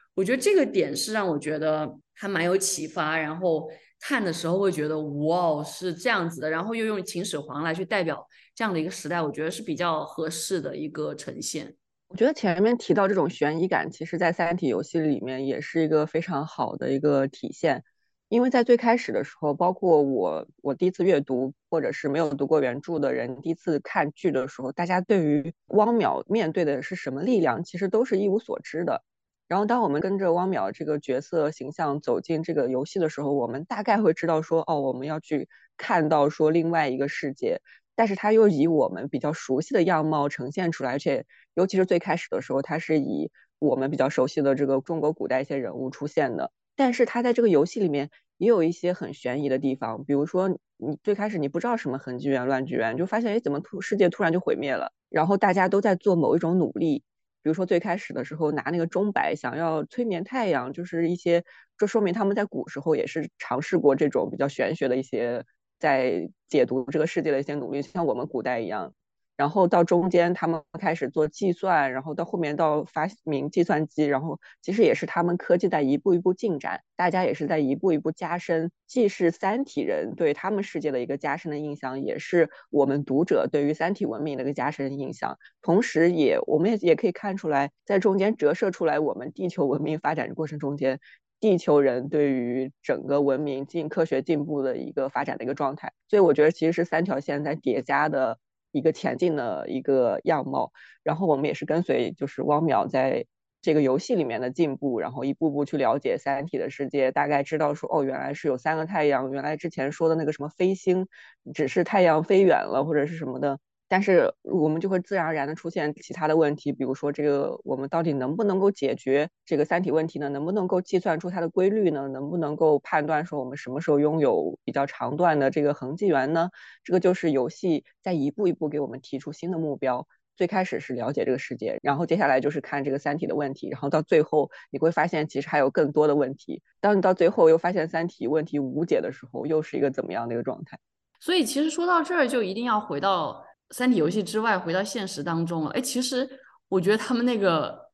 我觉得这个点是让我觉得还蛮有启发，然后看的时候会觉得哇是这样子的，然后又用秦始皇来去代表这样的一个时代，我觉得是比较合适的一个呈现。 我觉得前面提到这种悬疑感，其实在三体游戏里面也是一个非常好的一个体现。因为在最开始的时候，包括我第一次阅读，或者是没有读过原著的人第一次看剧的时候，大家对于汪淼面对的是什么力量，其实都是一无所知的。然后当我们跟着汪淼这个角色形象走进这个游戏的时候，我们大概会知道说，哦，我们要去看到说另外一个世界，但是他又以我们比较熟悉的样貌呈现出来，而且尤其是最开始的时候，他是以我们比较熟悉的这个中国古代一些人物出现的。但是他在这个游戏里面也有一些很悬疑的地方，比如说你最开始你不知道什么恒纪元、乱纪元，就发现哎怎么世界突然就毁灭了，然后大家都在做某一种努力。比如说最开始的时候拿那个钟摆想要催眠太阳，就是一些，这说明他们在古时候也是尝试过这种比较玄学的一些在解读这个世界的一些努力，像我们古代一样。然后到中间他们开始做计算，然后到后面到发明计算机，然后其实也是他们科技在一步一步进展，大家也是在一步一步加深，既是三体人对他们世界的一个加深的印象，也是我们读者对于三体文明的一个加深的印象。同时我们也可以看出来，在中间折射出来我们地球文明发展过程中间，地球人对于整个文明科学进步的一个发展的一个状态。所以我觉得其实是三条线在叠加的一个前进的一个样貌。然后我们也是跟随就是汪淼在这个游戏里面的进步，然后一步步去了解三体的世界，大概知道说哦，原来是有3个太阳，原来之前说的那个什么飞星只是太阳飞远了或者是什么的。但是我们就会自然而然的出现其他的问题，比如说这个我们到底能不能够解决这个三体问题呢？能不能够计算出它的规律呢？能不能够判断说我们什么时候拥有比较长段的这个恒纪元呢？这个就是游戏在一步一步给我们提出新的目标。最开始是了解这个世界，然后接下来就是看这个三体的问题，然后到最后你会发现其实还有更多的问题。当你到最后又发现三体问题无解的时候，又是一个怎么样的一个状态？ 所以其实说到这儿，就一定要回到三体游戏之外，回到现实当中了。哎，其实我觉得他们那个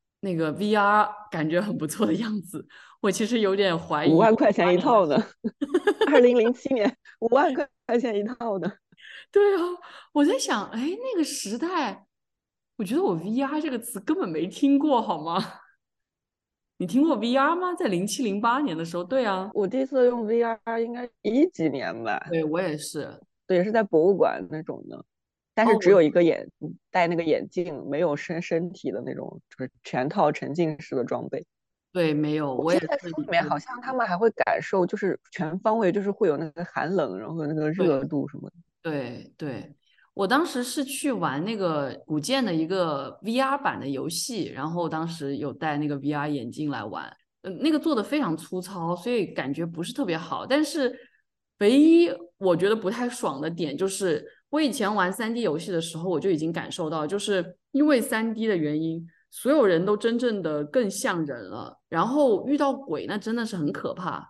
VR 感觉很不错的样子，我其实有点怀疑。 5万块钱一套呢？2007年5万块钱一套呢？ 对啊，我在想，哎，那个时代，我觉得我 VR 这个词根本没听过，好吗？你听过 VR 吗？在07、08年的时候，对啊， 我第一次用 VR 应该10几年吧。 对我也是， 对，也是在博物馆那种的，但是只有一个戴那个眼镜，没有身体的那种，就是全套沉浸式的装备。 对，没有， 我我也是。 记得在书里面好像他们还会感受，就是全方位，就是会有那个寒冷，然后那个热度什么的。 对对，我当时是去玩那个古剑的一个 VR 版的游戏，然后当时有戴那个 VR 眼镜来玩，那个做的非常粗糙，所以感觉不是特别好。但是唯一我觉得不太爽的点就是，我以前玩3D 游戏的时候，我就已经感受到，就是因为3D 的原因，所有人都真正的更像人了，然后遇到鬼那真的是很可怕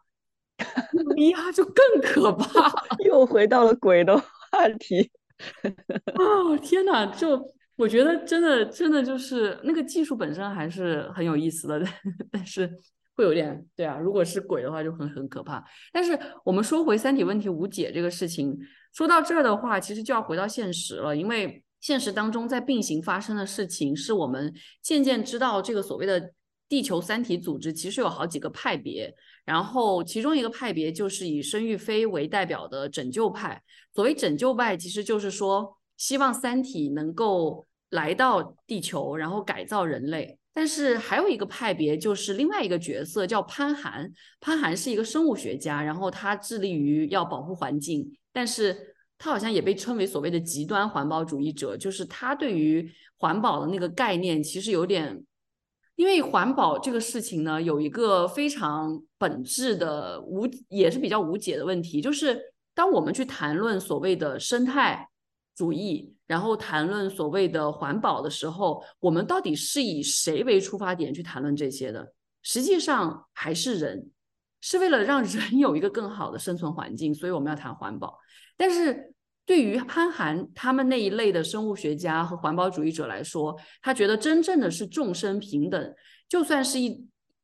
，VR 就更可怕。 又回到了鬼的话题。 哦，天哪！就我觉得真的就是那个技术本身还是很有意思的，但是会有点对啊，如果是鬼的话就很可怕。但是我们说回三体问题无解这个事情，说到这儿的话，其实就要回到现实了，因为现实当中在并行发生的事情，是我们渐渐知道这个所谓的地球三体组织其实有好几个派别，然后其中一个派别就是以申玉飞为代表的拯救派。所谓拯救派，其实就是说希望三体能够来到地球，然后改造人类。但是还有一个派别，就是另外一个角色叫潘寒。潘寒是一个生物学家，然后他致力于要保护环境，但是他好像也被称为所谓的极端环保主义者，就是他对于环保的那个概念其实有点，因为环保这个事情呢，有一个非常本质的也是比较无解的问题，就是当我们去谈论所谓的生态主义，然后谈论所谓的环保的时候，我们到底是以谁为出发点去谈论这些的？实际上还是人，是为了让人有一个更好的生存环境，所以我们要谈环保。但是对于潘寒他们那一类的生物学家和环保主义者来说，他觉得真正的是众生平等，就算是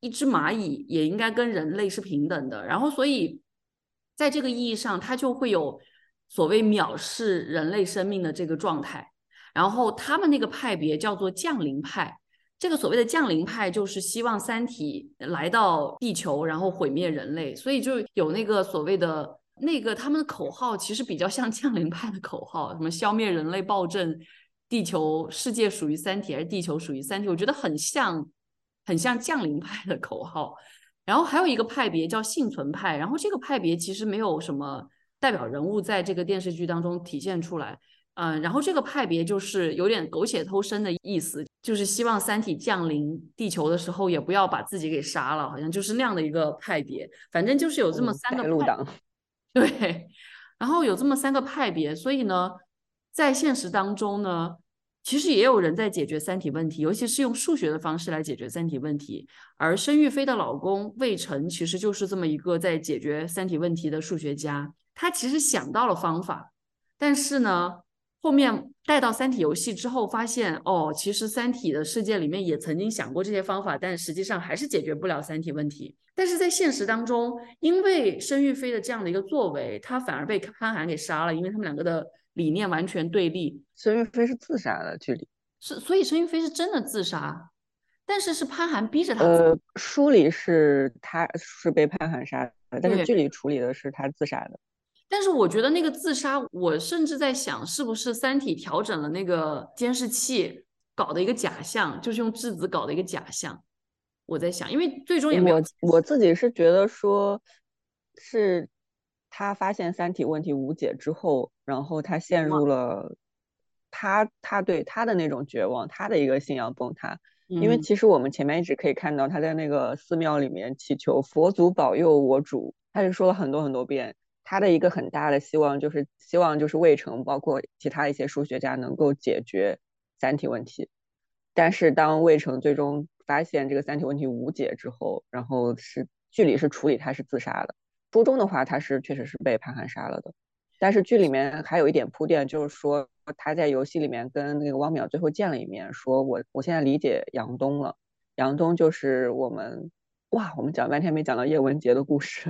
一只蚂蚁也应该跟人类是平等的，然后所以在这个意义上，它就会有所谓藐视人类生命的这个状态。然后他们那个派别叫做降临派，这个所谓的降临派就是希望三体来到地球，然后毁灭人类，所以就有那个所谓的那个他们的口号，其实比较像降临派的口号，什么消灭人类暴政，地球世界属于三体还是地球属于三体，我觉得很像降临派的口号。然后还有一个派别叫幸存派，然后这个派别其实没有什么代表人物在这个电视剧当中体现出来。然后这个派别就是有点苟且偷生的意思，就是希望三体降临地球的时候也不要把自己给杀了，好像就是那样的一个派别。反正就是有这么三个派别，对，然后有这么三个派别，所以呢，在现实当中呢，其实也有人在解决三体问题，尤其是用数学的方式来解决三体问题。而申玉菲的老公魏晨其实就是这么一个在解决三体问题的数学家，他其实想到了方法，但是呢，后面带到三体游戏之后发现，哦，其实三体的世界里面也曾经想过这些方法，但实际上还是解决不了三体问题。但是在现实当中，因为申玉菲的这样的一个作为，他反而被潘寒给杀了，因为他们两个的理念完全对立。 申玉菲是自杀的，剧里是，所以申玉菲是真的自杀，但是是潘寒逼着他书里是他是被潘寒杀的，但是剧里处理的是他自杀的。 但是我觉得那个自杀，我甚至在想，是不是三体调整了那个监视器，搞的一个假象，就是用质子搞的一个假象。我在想，因为最终也没有我自己是觉得说，是他发现三体问题无解之后，然后他陷入了他对他的那种绝望，他的一个信仰崩塌。因为其实我们前面一直可以看到他在那个寺庙里面祈求佛祖保佑我主，他是说了很多很多遍。他的一个很大的希望就是魏成包括其他一些数学家能够解决三体问题。但是当魏成最终发现这个三体问题无解之后，然后是剧里是处理他是自杀的，书中的话他是确实是被潘寒杀了的。但是剧里面还有一点铺垫，就是说他在游戏里面跟那个汪淼最后见了一面，说我现在理解杨东了。杨东就是我们讲半天没讲到叶文洁的故事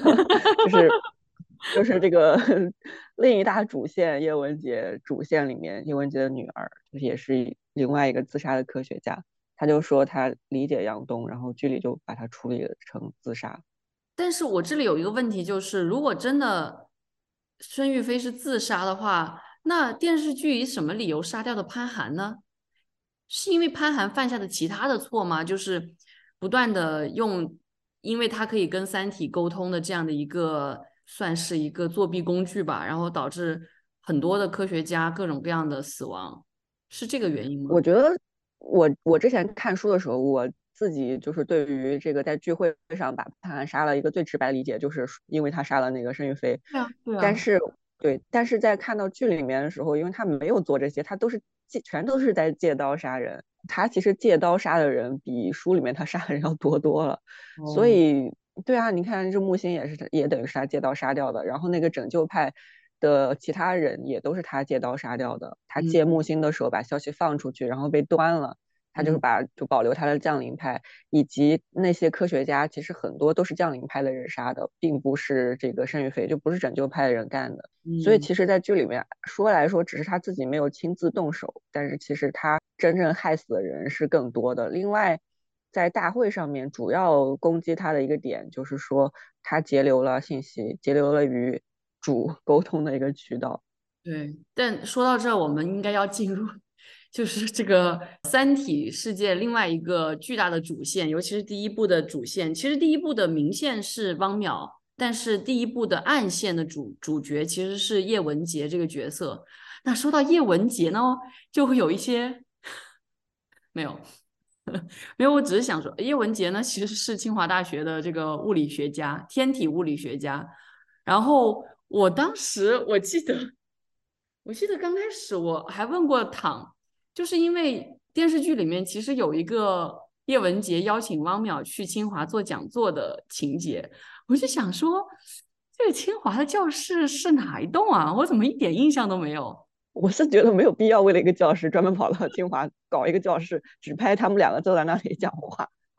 就是这个另一大主线叶文洁主线里面叶文洁的女儿，就是也是另外一个自杀的科学家。他就说他理解杨东，然后剧里就把他处理成自杀。 但是我这里有一个问题，就是如果真的申玉菲是自杀的话，那电视剧以什么理由杀掉的潘寒呢？是因为潘寒犯下的其他的错吗？就是不断的用，因为他可以跟三体沟通的这样的一个算是一个作弊工具吧，然后导致很多的科学家各种各样的死亡，是这个原因吗？ 我觉得我之前看书的时候，我自己就是对于这个在聚会上把潘寒杀了一个最直白理解，就是因为他杀了那个申玉菲。 对啊，对啊。 但是在看到剧里面的时候，因为他没有做这些，他全都是在借刀杀人。他其实借刀杀的人比书里面他杀的人要多了。所以对啊，你看这木星也等于是他借刀杀掉的，然后那个拯救派的其他人也都是他借刀杀掉的。他借木星的时候把消息放出去，然后被端了。他就是就保留他的降临派，以及那些科学家，其实很多都是降临派的人杀的，并不是这个申玉菲，就不是拯救派的人干的。所以其实在剧里面说来说只是他自己没有亲自动手，但是其实他真正害死的人是更多的。另外在大会上面主要攻击他的一个点就是说他截留了信息，截留了与主沟通的一个渠道。 对，但说到这我们应该要进入就是这个三体世界另外一个巨大的主线，尤其是第一部的主线。其实第一部的明线是汪淼，但是第一部的暗线的主角其实是叶文洁这个角色。那说到叶文洁呢，就会有一些没有没有，我只是想说叶文洁呢其实是清华大学的这个物理学家，天体物理学家。然后我当时我记得刚开始我还问过唐，就是因为电视剧里面其实有一个叶文洁邀请汪淼去清华做讲座的情节，我就想说这个清华的教室是哪一栋啊？我怎么一点印象都没有？ 我是觉得没有必要为了一个教室专门跑到清华搞一个教室，只拍他们两个坐在那里讲话，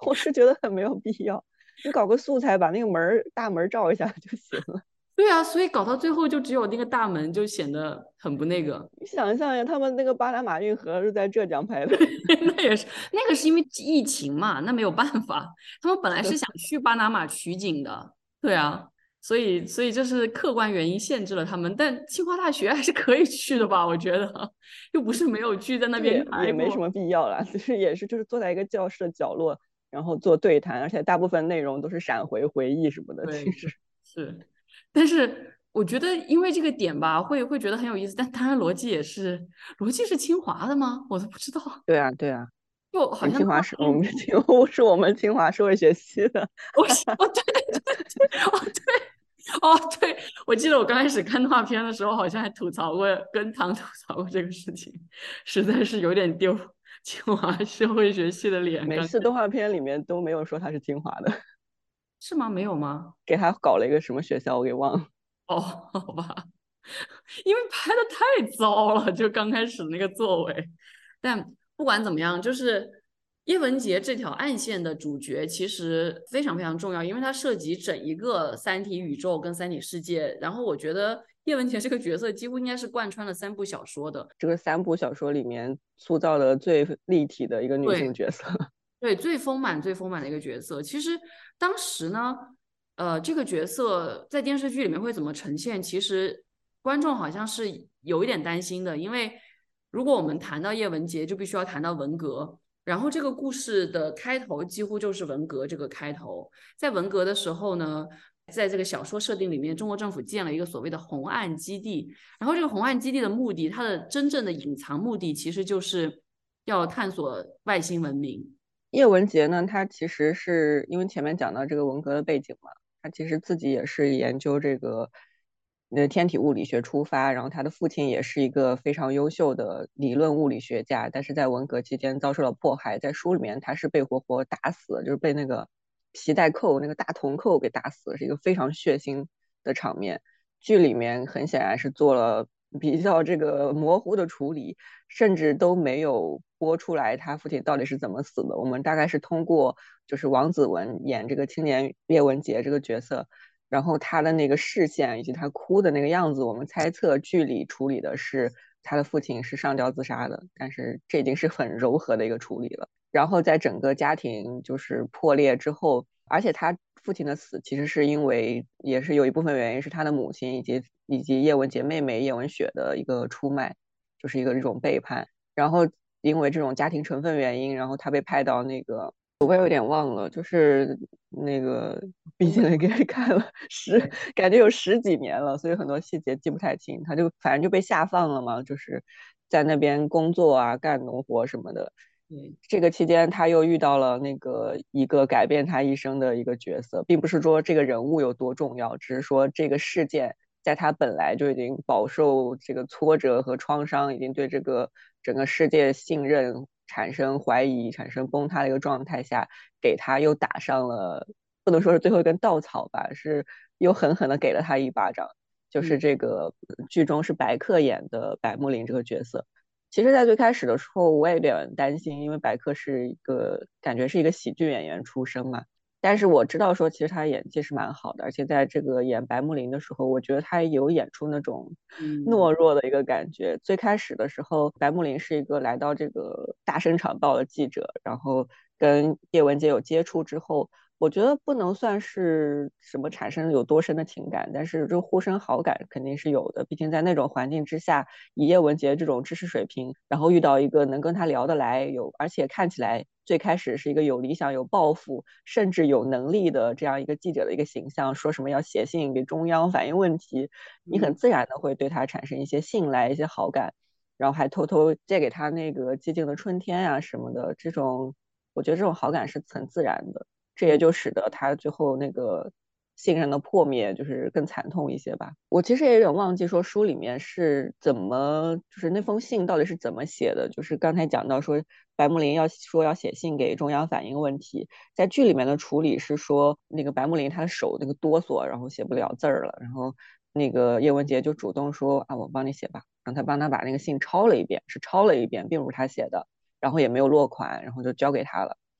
我是觉得很没有必要。你搞个素材，把那个大门照一下就行了。 对啊，所以搞到最后就只有那个大门，就显得很不那个。 你想象呀，他们那个巴拿马运河是在浙江拍的。 那也是，那个是因为疫情嘛，那没有办法。他们本来是想去巴拿马取景的，对啊，所以这是客观原因限制了他们。但清华大学还是可以去的吧？我觉得，又不是没有剧在那边拍也没什过。 么必要啦，就是也是就是坐在一个教室的角落，然后做对谈，而且大部分内容都是闪回回忆什么的。其对， 实是，但是我觉得因为这个点吧，会觉得很有意思。但当然逻辑是清华的吗？我都不知道。 对啊对啊， 就好像他我们清华社会学系的。 我是哦，对对对，哦对，哦对，我记得我刚开始看动画片的时候，好像还吐槽过，跟唐吐槽过这个事情，实在是有点丢清华社会学系的脸。 每次动画片里面都没有说他是清华的。 是吗？没有吗？ 给他搞了一个什么学校，我给忘了。 哦，好吧，因为拍的太糟了，就刚开始那个作为。但不管怎么样，就是叶文洁这条暗线的主角其实非常非常重要，因为它涉及整一个三体宇宙跟三体世界。然后我觉得叶文洁这个角色几乎应该是贯穿了3部小说的， 这个3部小说里面塑造的最立体的一个女性角色。 对，最丰满、最丰满的一个角色。其实当时呢，这个角色在电视剧里面会怎么呈现？其实观众好像是有一点担心的，因为如果我们谈到叶文洁，就必须要谈到文革。然后这个故事的开头几乎就是文革这个开头。在文革的时候呢，在这个小说设定里面，中国政府建了一个所谓的红岸基地。然后这个红岸基地的目的，它的真正的隐藏目的，其实就是要探索外星文明。 叶文洁呢，他其实是因为前面讲到这个文革的背景嘛，他其实自己也是研究这个天体物理学出发，然后他的父亲也是一个非常优秀的理论物理学家，但是在文革期间遭受了迫害，在书里面他是被活活打死，就是被那个皮带扣那个大铜扣给打死，是一个非常血腥的场面。剧里面很显然是做了比较这个模糊的处理，甚至都没有播出来他父亲到底是怎么死的。我们大概是通过就是王子文演这个青年叶文洁这个角色，然后他的那个视线以及他哭的那个样子，我们猜测剧里处理的是他的父亲是上吊自杀的，但是这已经是很柔和的一个处理了。然后在整个家庭就是破裂之后，而且他父亲的死其实是因为也是有一部分原因是他的母亲以及叶文洁妹妹叶文雪的一个出卖，就是一个这种背叛。然后因为这种家庭成分原因，然后他被派到那个我也有点忘了，就是那个毕竟也给看了感觉有10几年了，所以很多细节记不太清。他就反正就被下放了嘛，就是在那边工作啊，干农活什么的。这个期间他又遇到了那个一个改变他一生的一个角色，并不是说这个人物有多重要，只是说这个事件在他本来就已经饱受这个挫折和创伤，已经对这个整个世界信任产生怀疑、产生崩塌的一个状态下，给他又打上了不能说是最后一根稻草吧，是又狠狠的给了他一巴掌。就是这个剧中是白客演的白木林这个角色。其实，在最开始的时候，我也有点担心，因为白客是一个感觉是一个喜剧演员出身嘛。但是我知道说，其实他演技是蛮好的，而且在这个演白木林的时候，我觉得他有演出那种懦弱的一个感觉。最开始的时候，白木林是一个来到这个大生产报的记者，然后跟叶文洁有接触之后，我觉得不能算是什么产生有多深的情感，但是这互生好感肯定是有的。毕竟在那种环境之下，以叶文洁这种知识水平，然后遇到一个能跟他聊得来，而且看起来最开始是一个有理想、有抱负，甚至有能力的这样一个记者的一个形象，说什么要写信给中央反映问题，你很自然的会对他产生一些信赖、一些好感，然后还偷偷借给他那个寂静的春天啊什么的，这种我觉得这种好感是很自然的。这也就使得他最后那个信任的破灭就是更惨痛一些吧。我其实也有点忘记说书里面是怎么，就是那封信到底是怎么写的。就是刚才讲到说白木林要写信给中央反映问题，在剧里面的处理是说那个白木林他的手那个哆嗦，然后写不了字儿了，然后那个叶文洁就主动说啊，我帮你写吧，让他帮他把那个信抄了一遍，并不是他写的，然后也没有落款，然后就交给他了。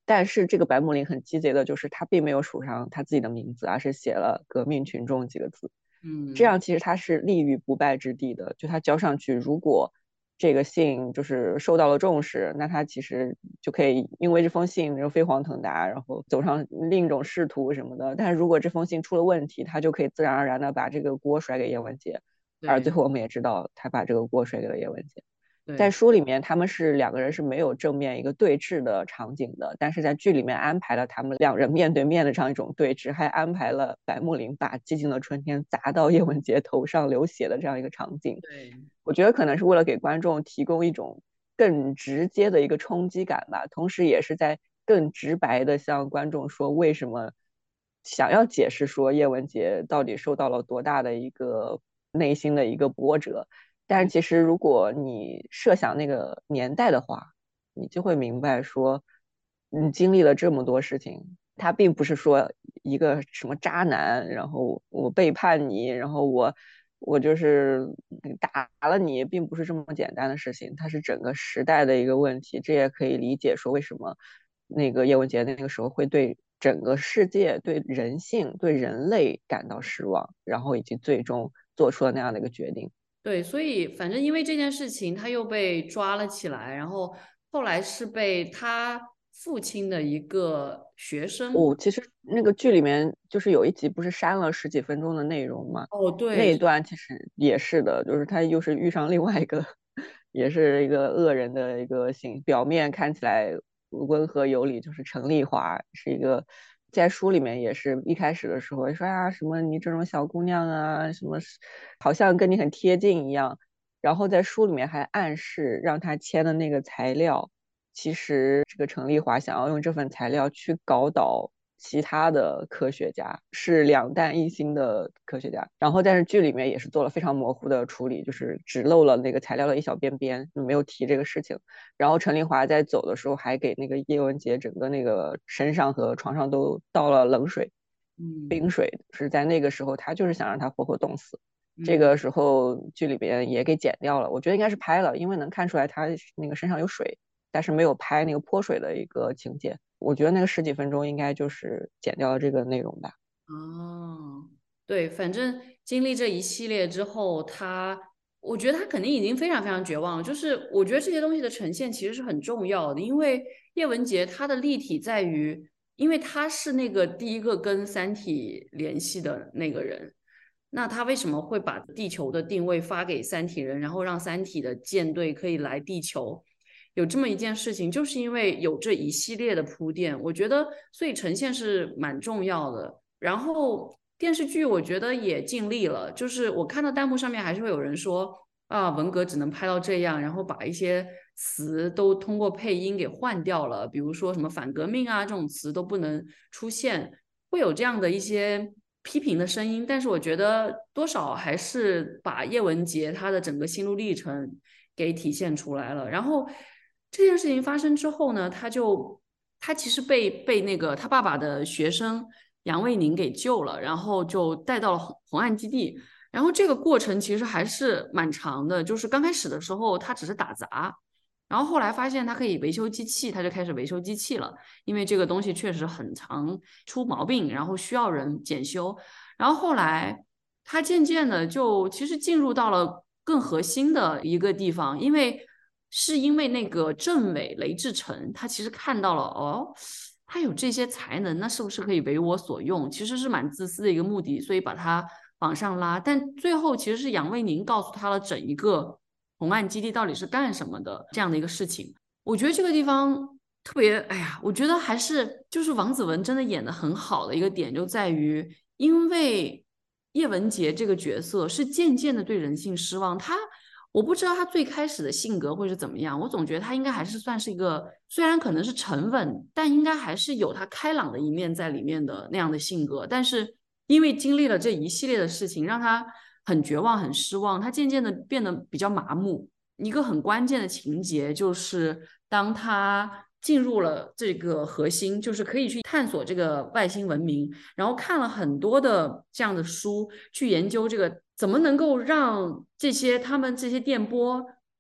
但是这个白木林很鸡贼的，就是他并没有署上他自己的名字，而是写了革命群众几个字。这样其实他是立于不败之地的，就他交上去，如果这个信就是受到了重视，那他其实就可以因为这封信就飞黄腾达，然后走上另一种仕途什么的。但是如果这封信出了问题，他就可以自然而然的把这个锅甩给叶文洁，而最后我们也知道他把这个锅甩给了叶文洁。在书里面他们是两个人是没有正面一个对峙的场景的，但是在剧里面安排了他们两人面对面的这样一种对峙，还安排了白木林把寂静的春天砸到叶文洁头上流血的这样一个场景。 对， 我觉得可能是为了给观众提供一种更直接的一个冲击感吧，同时也是在更直白的向观众说为什么想要解释说叶文洁到底受到了多大的一个内心的一个波折。但是其实如果你设想那个年代的话，你就会明白说你经历了这么多事情，他并不是说一个什么渣男，然后我背叛你，然后我就是打了你，并不是这么简单的事情，它是整个时代的一个问题。这也可以理解说为什么那个叶文洁那个时候会对整个世界、对人性、对人类感到失望，然后以及最终做出了那样的一个决定。 对，所以反正因为这件事情，他又被抓了起来，然后后来是被他父亲的一个学生。 其实那个剧里面就是有一集不是删了十几分钟的内容嘛？ 对， 那一段其实也是的，就是他又是遇上另外一个，也是一个恶人的一个形，表面看起来温和有礼，就是陈丽华是一个。在书里面也是一开始的时候说啊什么你这种小姑娘啊什么，好像跟你很贴近一样。然后在书里面还暗示让他签的那个材料，其实这个陈丽华想要用这份材料去搞倒其他的科学家，是两弹一星的科学家。然后但是剧里面也是做了非常模糊的处理，就是只露了那个材料的一小边边，没有提这个事情。然后陈丽华在走的时候还给那个叶文洁整个那个身上和床上都倒了冷水、冰水，是在那个时候他就是想让他活活冻死。这个时候剧里边也给剪掉了，我觉得应该是拍了，因为能看出来他那个身上有水，但是没有拍那个泼水的一个情节。我觉得那个十几分钟应该就是剪掉了这个内容吧。 对，反正经历这一系列之后，我觉得他肯定已经非常非常绝望了。就是我觉得这些东西的呈现其实是很重要的，因为叶文洁他的立体在于，因为他是那个第一个跟三体联系的那个人，那他为什么会把地球的定位发给三体人，然后让三体的舰队可以来地球？有这么一件事情，就是因为有这一系列的铺垫，我觉得所以呈现是蛮重要的。然后电视剧我觉得也尽力了，就是我看到弹幕上面还是会有人说啊，文革只能拍到这样，然后把一些词都通过配音给换掉了，比如说什么反革命啊这种词都不能出现，会有这样的一些批评的声音。但是我觉得多少还是把叶文洁他的整个心路历程给体现出来了。然后这件事情发生之后呢，他其实被那个他爸爸的学生杨卫宁给救了，然后就带到了红岸基地。然后这个过程其实还是蛮长的，就是刚开始的时候他只是打杂，然后后来发现他可以维修机器，他就开始维修机器了，因为这个东西确实很常出毛病，然后需要人检修。然后后来他渐渐的就其实进入到了更核心的一个地方，因为那个政委雷志成，他其实看到了他有这些才能，那是不是可以为我所用？其实是蛮自私的一个目的，所以把他往上拉。但最后其实是杨卫宁告诉他了整一个红岸基地到底是干什么的这样的一个事情。我觉得这个地方特别，哎呀，我觉得还是就是王子文真的演得很好的一个点，就在于因为叶文洁这个角色是渐渐的对人性失望，我不知道他最开始的性格会是怎么样，我总觉得他应该还是算是一个，虽然可能是沉稳，但应该还是有他开朗的一面在里面的那样的性格。但是因为经历了这一系列的事情，让他很绝望、很失望，他渐渐的变得比较麻木。一个很关键的情节就是当他进入了这个核心，就是可以去探索这个外星文明，然后看了很多的这样的书，去研究这个怎么能够让他们这些电波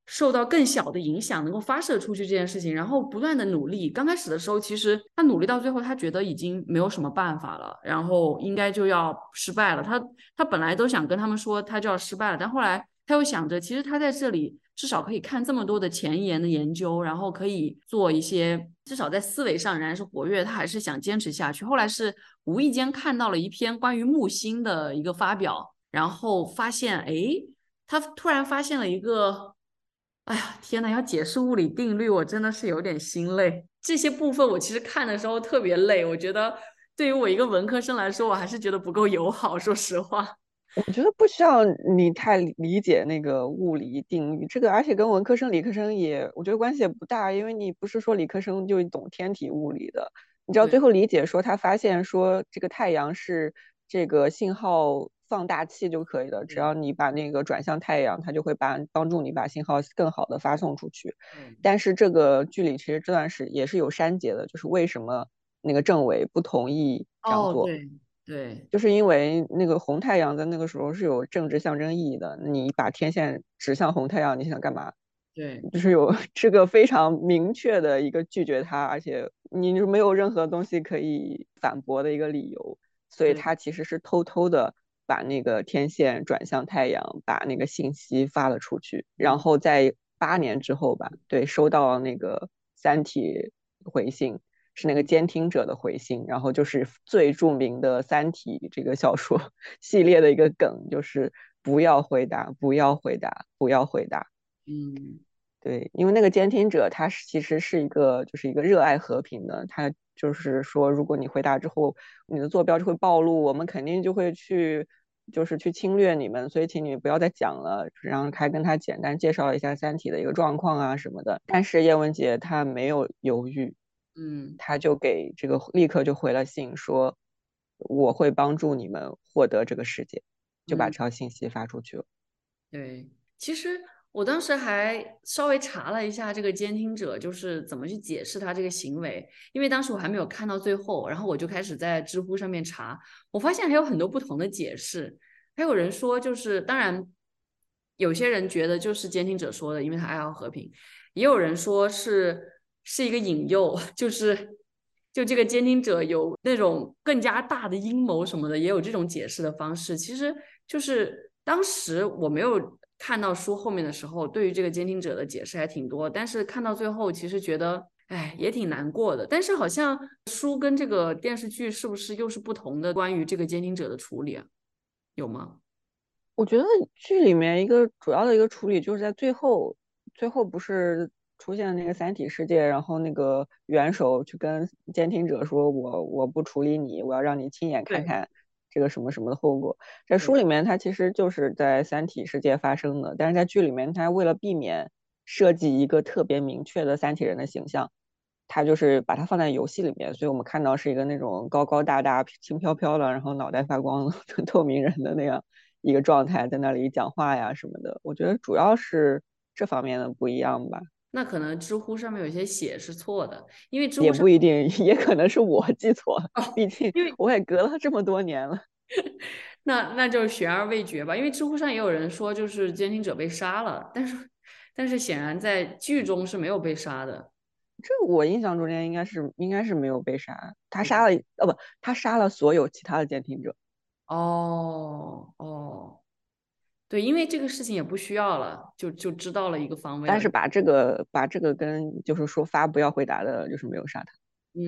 受到更小的影响，能够发射出去这件事情，然后不断的努力。刚开始的时候，其实他努力到最后，他觉得已经没有什么办法了，然后应该就要失败了。他本来都想跟他们说他就要失败了，但后来他又想着，其实他在这里至少可以看这么多的前沿的研究，然后可以做一些至少在思维上仍然是活跃，他还是想坚持下去。后来是无意间看到了一篇关于木星的一个发表，然后发现，诶，他突然发现了一个。哎呀，天呐，要解释物理定律，我真的是有点心累。这些部分我其实看的时候特别累，我觉得对于我一个文科生来说，我还是觉得不够友好，说实话。 我觉得不需要你太理解那个物理定律，这个而且跟文科生、理科生也，我觉得关系也不大，因为你不是说理科生就懂天体物理的，你只要最后理解说他发现说这个太阳是这个信号放大器就可以了，只要你把那个转向太阳，它就会帮助你把信号更好的发送出去。但是这个剧里其实这段也是有删节的，就是为什么那个政委不同意这样做。 对， 就是因为那个红太阳在那个时候是有政治象征意义的，你把天线指向红太阳，你想干嘛？ 对， 就是有这个非常明确的一个拒绝它，而且你就没有任何东西可以反驳的一个理由，所以他其实是偷偷的把那个天线转向太阳，把那个信息发了出去，然后在8年之后吧，对，收到那个三体回信。是那个监听者的回信，然后就是最著名的《三体》这个小说系列的一个梗，就是不要回答，不要回答，不要回答。对，因为那个监听者他其实是一个热爱和平的，他就是说，如果你回答之后，你的坐标就会暴露，我们肯定就会去侵略你们，所以请你不要再讲了，然后还跟他简单介绍一下《三体》的一个状况啊什么的。但是叶文洁他没有犹豫。他就给这个立刻就回了信说，我会帮助你们获得这个世界，就把这条信息发出去了。 对，其实我当时还稍微查了一下这个监听者就是怎么去解释他这个行为，因为当时我还没有看到最后，然后我就开始在知乎上面查，我发现还有很多不同的解释，还有人说就是当然有些人觉得就是监听者说的，因为他爱好和平，也有人说是一个引诱，就这个监听者有那种更加大的阴谋什么的，也有这种解释的方式。其实就是当时我没有看到书后面的时候，对于这个监听者的解释还挺多，但是看到最后，其实觉得哎也挺难过的。但是好像书跟这个电视剧是不是又是不同的关于这个监听者的处理啊？有吗？ 我觉得剧里面一个主要的一个处理就是在最后不是出现那个三体世界，然后那个元首去跟监听者说我不处理你，我要让你亲眼看看这个什么什么的后果。在书里面它其实就是在三体世界发生的，但是在剧里面它为了避免设计一个特别明确的三体人的形象，他就是把它放在游戏里面，所以我们看到是一个那种高高大大轻飘飘的，然后脑袋发光的透明人的那样一个状态，在那里讲话呀什么的。我觉得主要是这方面的不一样吧。 那可能知乎上面有些写是错的，因为知乎也不一定，也可能是我记错了，毕竟因为我也隔了这么多年了。 那就悬而未决吧，因为知乎上也有人说就是监听者被杀了，但是显然在剧中是没有被杀的。 这我印象中间应该是没有被杀，他杀了不，他杀了所有其他的监听者。 哦，对，因为这个事情也不需要了，就知道了一个方位了。 但是把这个跟就是说发不要回答的，就是没有杀他。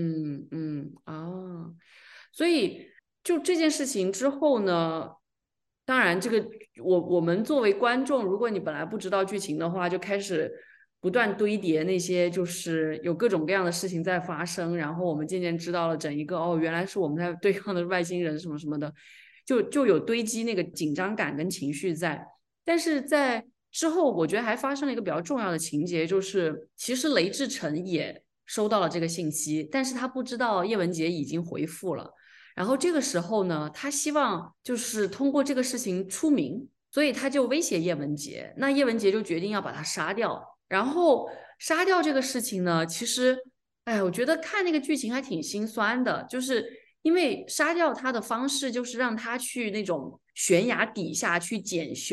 所以就这件事情之后呢，当然这个我们作为观众，如果你本来不知道剧情的话，就开始不断堆叠那些就是有各种各样的事情在发生，然后我们渐渐知道了整一个原来是我们在对抗的外星人什么什么的，就有堆积那个紧张感跟情绪在。但是在之后，我觉得还发生了一个比较重要的情节，就是其实雷志成也收到了这个信息，但是他不知道叶文洁已经回复了。然后这个时候呢，他希望就是通过这个事情出名，所以他就威胁叶文洁。那叶文洁就决定要把他杀掉。然后杀掉这个事情呢，其实，哎，我觉得看那个剧情还挺心酸的，就是因为杀掉他的方式就是让他去那种悬崖底下去检修，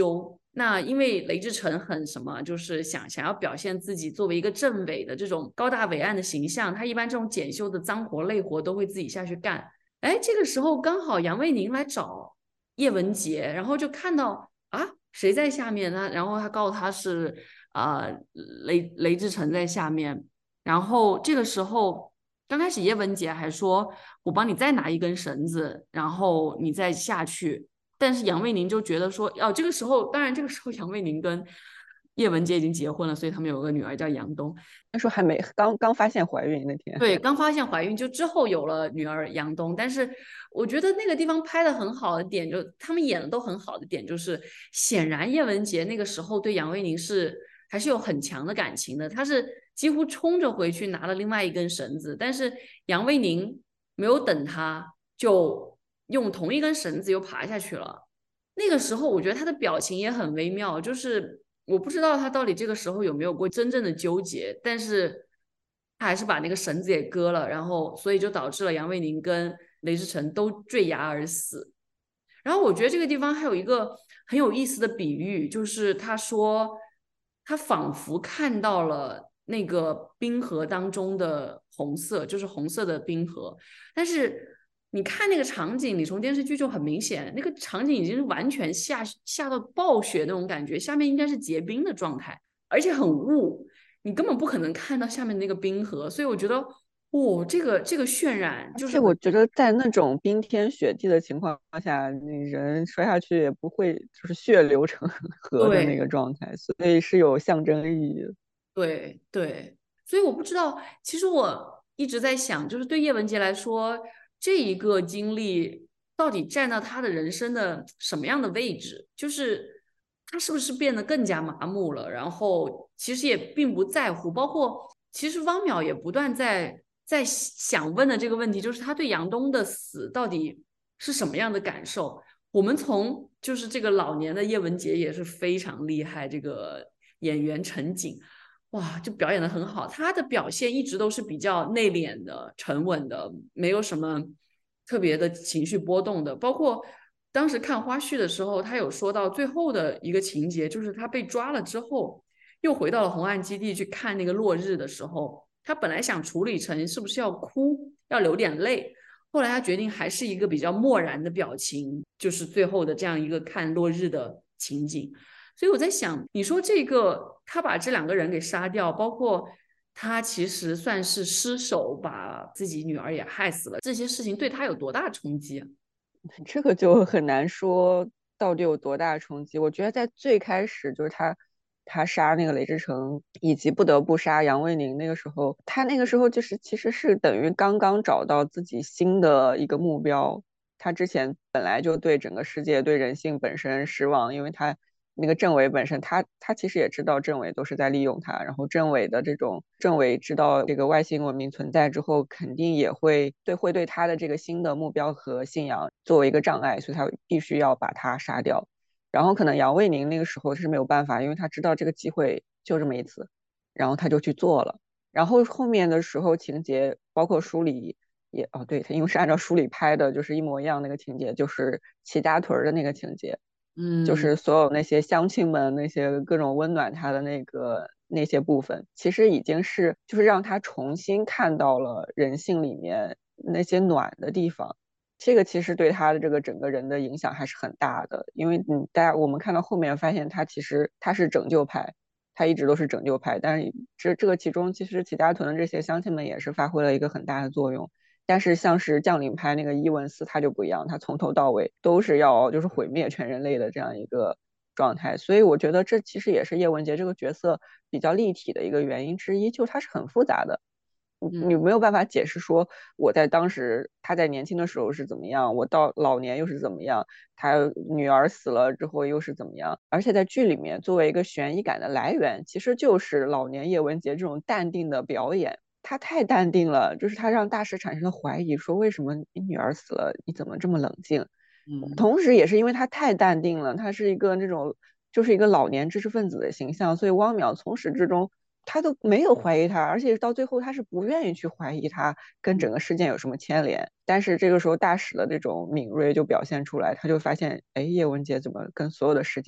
那因为雷志成很什么，就是想要表现自己作为一个政委的这种高大伟岸的形象，他一般这种检修的脏活累活都会自己下去干。哎，这个时候刚好杨卫宁来找叶文洁，然后就看到啊谁在下面呢？然后他告诉他是雷志成在下面。然后这个时候刚开始叶文洁还说我帮你再拿一根绳子，然后你再下去。但是杨卫宁就觉得说，哦，这个时候，当然这个时候杨卫宁跟叶文洁已经结婚了，所以他们有个女儿叫杨东。 那时候还没刚发现怀孕那天， 对，刚发现怀孕，就之后有了女儿杨东。但是我觉得那个地方拍的很好的点，就他们演的都很好的点，就是显然叶文洁那个时候对杨卫宁还是有很强的感情的，他是几乎冲着回去拿了另外一根绳子，但是杨卫宁没有等他，就用同一根绳子又爬下去了。那个时候我觉得他的表情也很微妙，就是我不知道他到底这个时候有没有过真正的纠结，但是他还是把那个绳子也割了，然后所以就导致了杨卫宁跟雷志成都坠崖而死。然后我觉得这个地方还有一个很有意思的比喻，就是他说他仿佛看到了那个冰河当中的红色，就是红色的冰河，但是你看那个场景，你从电视剧就很明显，那个场景已经是完全下到暴雪那种感觉，下面应该是结冰的状态，而且很雾，你根本不可能看到下面那个冰河。所以我觉得，这个渲染就是， 而且我觉得在那种冰天雪地的情况下，你人摔下去也不会就是血流成河的那个状态，所以是有象征意义的。 对对，所以我不知道，其实我一直在想，就是对叶文洁来说，这一个经历到底占到他的人生的什么样的位置？就是他是不是变得更加麻木了？然后其实也并不在乎，包括其实汪淼也不断在想问的这个问题，就是他对杨东的死到底是什么样的感受？我们从就是这个老年的叶文洁也是非常厉害，这个演员陈瑾。哇，就表演的很好，他的表现一直都是比较内敛的、沉稳的，没有什么特别的情绪波动的。包括当时看花絮的时候，他有说到最后的一个情节，就是他被抓了之后，又回到了红岸基地去看那个落日的时候，他本来想处理成是不是要哭，要流点泪，后来他决定还是一个比较漠然的表情，就是最后的这样一个看落日的情景。所以我在想，你说这个他把这两个人给杀掉，包括他其实算是失手把自己女儿也害死了，这些事情对他有多大冲击啊？ 这个就很难说到底有多大冲击。我觉得在最开始就是他杀那个雷志成，以及不得不杀杨卫宁那个时候，他那个时候就是其实是等于刚刚找到自己新的一个目标。他之前本来就对整个世界、对人性本身失望，因为他那个政委本身，他其实也知道政委都是在利用他，然后政委知道这个外星文明存在之后，肯定也会对他的这个新的目标和信仰作为一个障碍，所以他必须要把他杀掉。然后可能杨卫宁那个时候是没有办法，因为他知道这个机会就这么一次，然后他就去做了。然后后面的时候情节，包括书里也对，他因为是按照书里拍的，就是一模一样那个情节，就是齐家屯的那个情节。就是所有那些乡亲们那些各种温暖他的那些部分，其实已经是就是让他重新看到了人性里面那些暖的地方。这个其实对他的这个整个人的影响还是很大的，因为我们看到后面发现他其实他是拯救派，他一直都是拯救派，但是这个其中其实齐家屯的这些乡亲们也是发挥了一个很大的作用。但是像是将领派那个伊文斯他就不一样，他从头到尾都是要就是毁灭全人类的这样一个状态。所以我觉得这其实也是叶文洁这个角色比较立体的一个原因之一，就是他是很复杂的。你没有办法解释说我在当时他在年轻的时候是怎么样，我到老年又是怎么样，他女儿死了之后又是怎么样。而且在剧里面作为一个悬疑感的来源，其实就是老年叶文洁这种淡定的表演。他太淡定了，就是他让大师产生了怀疑，说为什么你女儿死了，你怎么这么冷静？同时也是因为他太淡定了，他是一个那种就是一个老年知识分子的形象，所以汪淼从始至终他都没有怀疑他，而且到最后他是不愿意去怀疑他跟整个事件有什么牵连。但是这个时候大使的这种敏锐就表现出来，他就发现，哎，叶文洁怎么跟所有的事件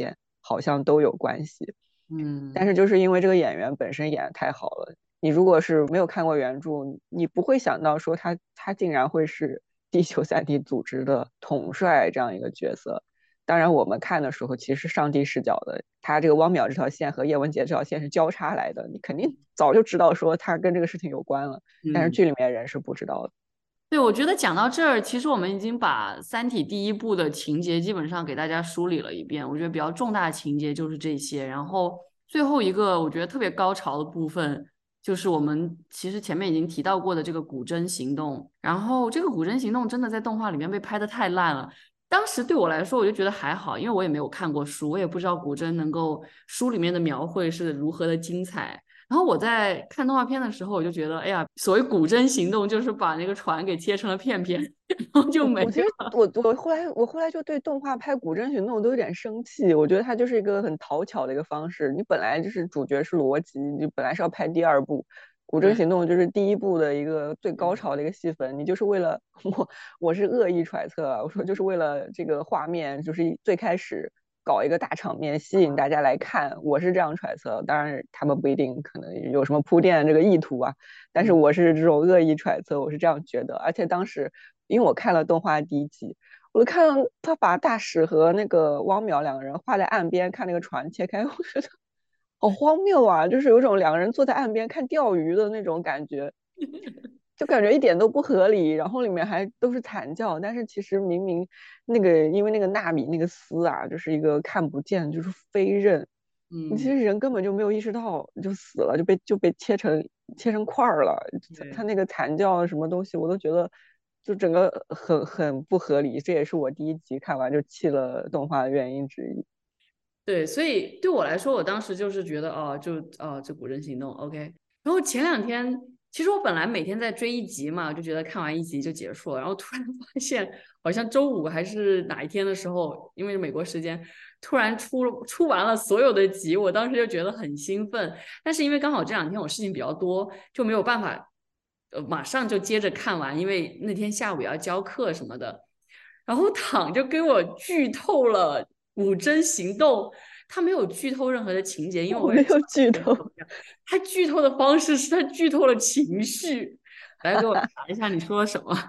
好像都有关系。但是就是因为这个演员本身演得太好了，你如果是没有看过原著，你不会想到说他竟然会是地球三体组织的统帅这样一个角色。当然我们看的时候其实是上帝视角的，他这个汪淼这条线和叶文洁这条线是交叉来的，你肯定早就知道说他跟这个事情有关了，但是剧里面人是不知道的。 对，我觉得讲到这儿，其实我们已经把《三体》第一部的情节基本上给大家梳理了一遍。我觉得比较重大的情节就是这些，然后最后一个我觉得特别高潮的部分，就是我们其实前面已经提到过的这个古筝行动。然后这个古筝行动真的在动画里面被拍得太烂了。当时对我来说，我就觉得还好，因为我也没有看过书，我也不知道古筝能够书里面的描绘是如何的精彩。然后我在看动画片的时候，我就觉得，哎呀，所谓古筝行动就是把那个船给切成了片片，然后就没了。 我其实我后来就对动画拍古筝行动都有点生气，我觉得它就是一个很讨巧的一个方式。你本来就是主角是罗辑，你本来是要拍第二部，古筝行动就是第一部的一个最高潮的一个戏份，你就是为了我是恶意揣测啊，我说就是为了这个画面，就是最开始搞一个大场面吸引大家来看，我是这样揣测，当然他们不一定可能有什么铺垫这个意图啊，但是我是这种恶意揣测，我是这样觉得。而且当时因为我看了动画第一集，我就看到他把大使和那个汪淼两个人画在岸边看那个船切开，我觉得好荒谬啊，就是有种两个人坐在岸边看钓鱼的那种感觉。就感觉一点都不合理，然后里面还都是惨叫，但是其实明明那个因为那个纳米那个丝啊，就是一个看不见，就是飞刃，你其实人根本就没有意识到就死了，就被切成块儿了，他那个惨叫什么东西我都觉得就整个很不合理，这也是我第一集看完就弃了动画的原因之一。 对，所以对我来说，我当时就是觉得这古筝行动 OK。然后前两天，其实我本来每天在追一集嘛，就觉得看完一集就结束了。然后突然发现，好像周五还是哪一天的时候，因为是美国时间，突然出完了所有的集，我当时就觉得很兴奋。但是因为刚好这两天我事情比较多，就没有办法，马上就接着看完，因为那天下午要交课什么的。然后躺就给我剧透了古筝行动，他没有剧透任何的情节，因为我没有剧透， 他剧透的方式是他剧透了情绪。来给我查一下你说了什么。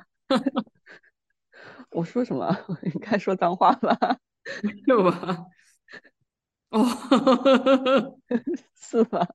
我说什么？应该说脏话吧？ 没有吧？哦， 是吧？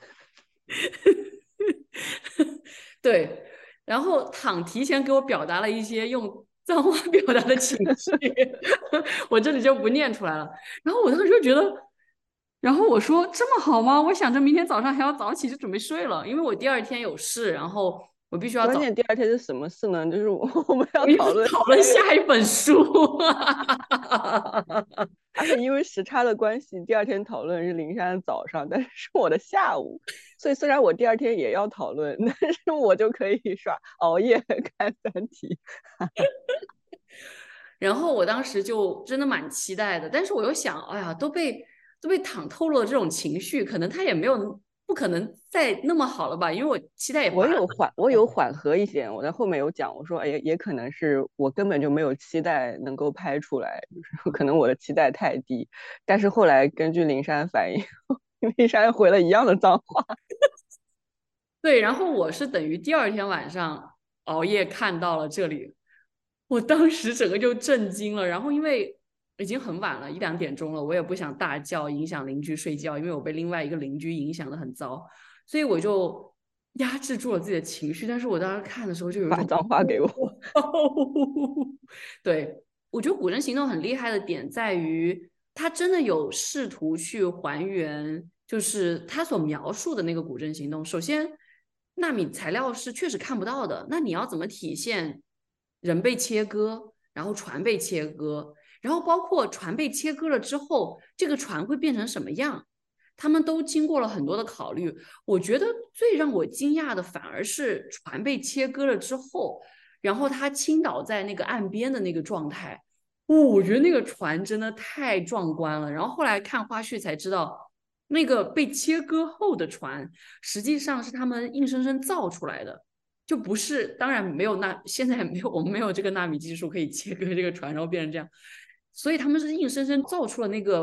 对，然后躺提前给我表达了一些用脏话表达的情绪，我这里就不念出来了。然后我当时就觉得，然后我说这么好吗？我想着明天早上还要早起，就准备睡了，因为我第二天有事，然后我必须要早。 关键第二天是什么事呢？就是我们要讨论下一本书。 而且因为时差的关系，第二天讨论是灵山的早上，但是是我的下午，所以虽然我第二天也要讨论，但是我就可以熬夜看三体。 然后我当时就真的蛮期待的，但是我又想，哎呀，都被躺透露了这种情绪，可能他也不可能再那么好了吧？因为我期待也我有缓和一些，我在后面有讲，我说哎，也可能是我根本就没有期待能够拍出来，就是可能我的期待太低。但是后来根据灵山反应，灵山回了一样的脏话。 对，然后我是等于第二天晚上熬夜看到了这里，我当时整个就震惊了。然后因为已经很晚了，1、2点钟了，我也不想大叫影响邻居睡觉，因为我被另外一个邻居影响的很糟，所以我就压制住了自己的情绪。但是我当时看的时候就有一种把脏话给我。 对，我觉得古筝行动很厉害的点在于，他真的有试图去还原，就是他所描述的那个古筝行动。首先，纳米材料是确实看不到的，那你要怎么体现人被切割，然后船被切割？然后包括船被切割了之后，这个船会变成什么样？他们都经过了很多的考虑。我觉得最让我惊讶的反而是船被切割了之后，然后它倾倒在那个岸边的那个状态。我觉得那个船真的太壮观了。然后后来看花絮才知道，那个被切割后的船实际上是他们硬生生造出来的。就不是，当然没有现在没有，我们没有这个纳米技术可以切割这个船，然后变成这样。所以他们是硬生生造出了那个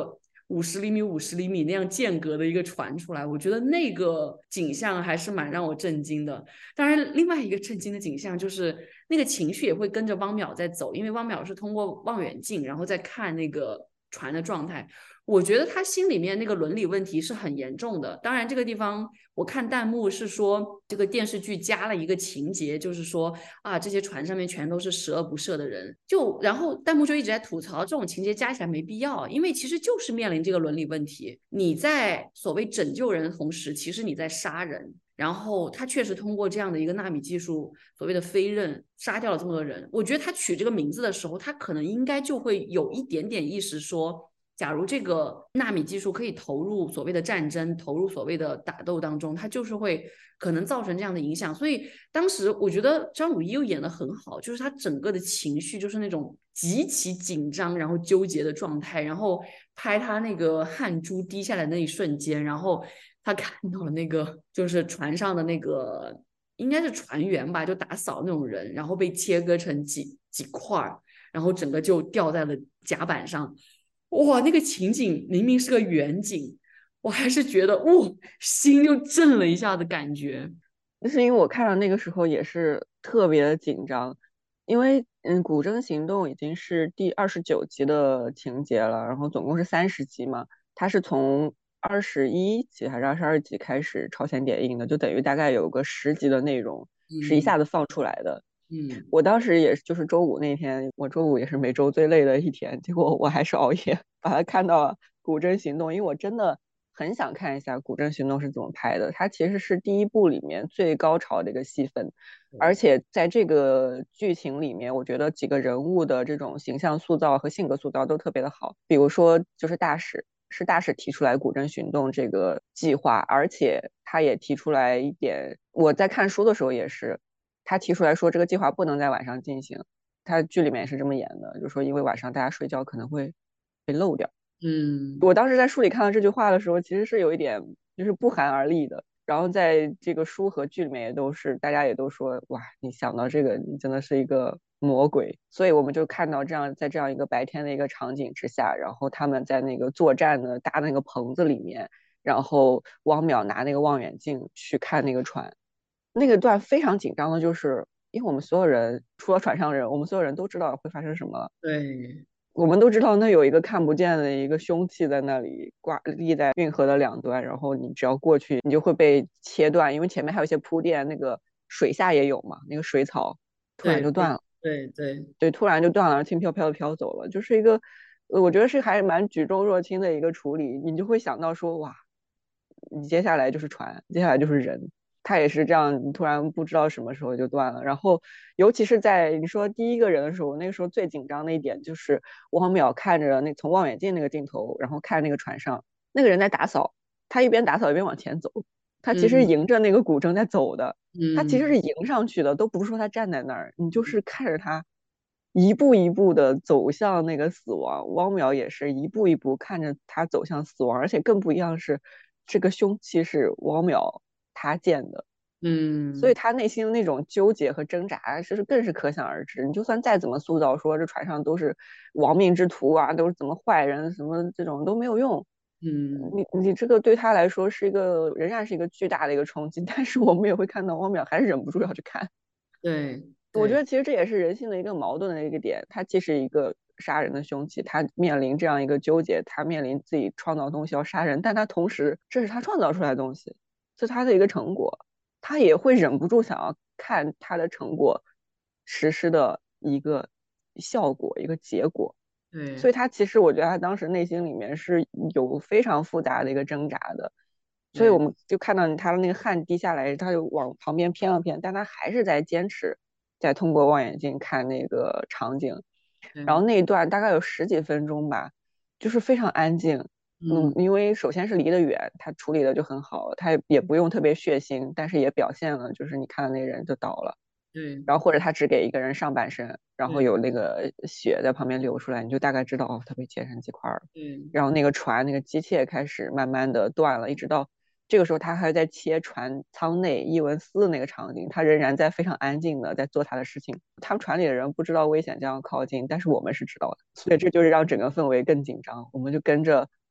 50厘米、50厘米那样间隔的一个船出来，我觉得那个景象还是蛮让我震惊的。当然，另外一个震惊的景象就是那个情绪也会跟着汪淼在走，因为汪淼是通过望远镜，然后再看那个船的状态。我觉得他心里面那个伦理问题是很严重的。当然，这个地方我看弹幕是说，这个电视剧加了一个情节，就是说啊，这些船上面全都是十恶不赦的人。然后弹幕就一直在吐槽这种情节加起来没必要，因为其实就是面临这个伦理问题。你在所谓拯救人的同时，其实你在杀人。然后他确实通过这样的一个纳米技术，所谓的飞刃，杀掉了这么多人。我觉得他取这个名字的时候，他可能应该就会有一点点意识说，假如这个纳米技术可以投入所谓的战争，投入所谓的打斗当中，它就是会可能造成这样的影响。所以当时我觉得张鲁一又演得很好，就是他整个的情绪就是那种极其紧张然后纠结的状态，然后拍他那个汗珠滴下来的那一瞬间，然后他看到了那个就是船上的那个应该是船员吧，就打扫那种人，然后被切割成几块，然后整个就掉在了甲板上。哇，那个情景明明是个远景，我还是觉得心就震了一下的感觉。 就是因为我看到那个时候也是特别的紧张，因为古筝行动已经是第29集的情节了，然后总共是30集嘛，它是从21集还是22集开始超前点映的，就等于大概有个10集的内容是一下子放出来的。我当时也是，就是周五那天，我周五也是每周最累的一天，结果我还是熬夜把它看到了《古筝行动》，因为我真的很想看一下《古筝行动》是怎么拍的。它其实是第一部里面最高潮的一个戏份，而且在这个剧情里面，我觉得几个人物的这种形象塑造和性格塑造都特别的好。比如说，就是大使，是大使提出来古筝行动这个计划，而且他也提出来一点，我在看书的时候也是。他提出来说这个计划不能在晚上进行，他剧里面也是这么演的，就说因为晚上大家睡觉可能会被漏掉。我当时在书里看到这句话的时候，其实是有一点就是不寒而栗的。然后在这个书和剧里面也都是，大家也都说哇，你想到这个，你真的是一个魔鬼。所以我们就看到这样，在这样一个白天的一个场景之下，然后他们在那个作战的搭那个棚子里面，然后汪淼拿那个望远镜去看那个船。那个段非常紧张的，就是因为我们所有人除了船上人，我们所有人都知道会发生什么。 对， 我们都知道那有一个看不见的一个凶器在那里立在运河的两端，然后你只要过去，你就会被切断，因为前面还有一些铺垫，那个水下也有嘛，那个水草突然就断了。对，突然就断了，轻飘飘的飘走了，就是一个我觉得是还蛮举重若轻的一个处理。你就会想到说，哇，你接下来就是船，接下来就是人。他也是这样，你突然不知道什么时候就断了。然后，尤其是在你说第一个人的时候，那个时候最紧张的一点就是汪淼看着从望远镜那个镜头，然后看那个船上那个人在打扫，他一边打扫一边往前走，他其实迎着那个古筝在走的，他其实是迎上去的，都不是说他站在那儿，你就是看着他一步一步的走向那个死亡。汪淼也是一步一步看着他走向死亡，而且更不一样是这个凶器是汪淼他见的，所以他内心的那种纠结和挣扎，其实更是可想而知。你就算再怎么塑造说这船上都是亡命之徒啊，都是怎么坏人，什么这种都没有用。你这个对他来说是仍然是一个巨大的一个冲击，但是我们也会看到汪淼还是忍不住要去看。 对， 我觉得其实这也是人性的一个矛盾的一个点，他既是一个杀人的凶器，他面临这样一个纠结，他面临自己创造东西要杀人，但他同时这是他创造出来的东西，是他的一个成果，他也会忍不住想要看他的成果实施的一个效果，一个结果。 对， 所以他其实我觉得他当时内心里面是有非常复杂的一个挣扎的。所以我们就看到他的那个汗滴下来，他就往旁边偏了偏，但他还是在坚持在通过望远镜看那个场景。然后那一段大概有10几分钟吧，就是非常安静。因为首先是离得远，他处理的就很好，他也不用特别血腥，但是也表现了就是你看到那个人就倒了。 对， 然后或者他只给一个人上半身，然后有那个血在旁边流出来，你就大概知道哦，他被切成几块了。然后那个船那个机械开始慢慢的断了，一直到这个时候他还在切船舱内伊文斯的那个场景，他仍然在非常安静的在做他的事情。他们船里的人不知道危险将要靠近，但是我们是知道的，所以这就是让整个氛围更紧张。我们就跟着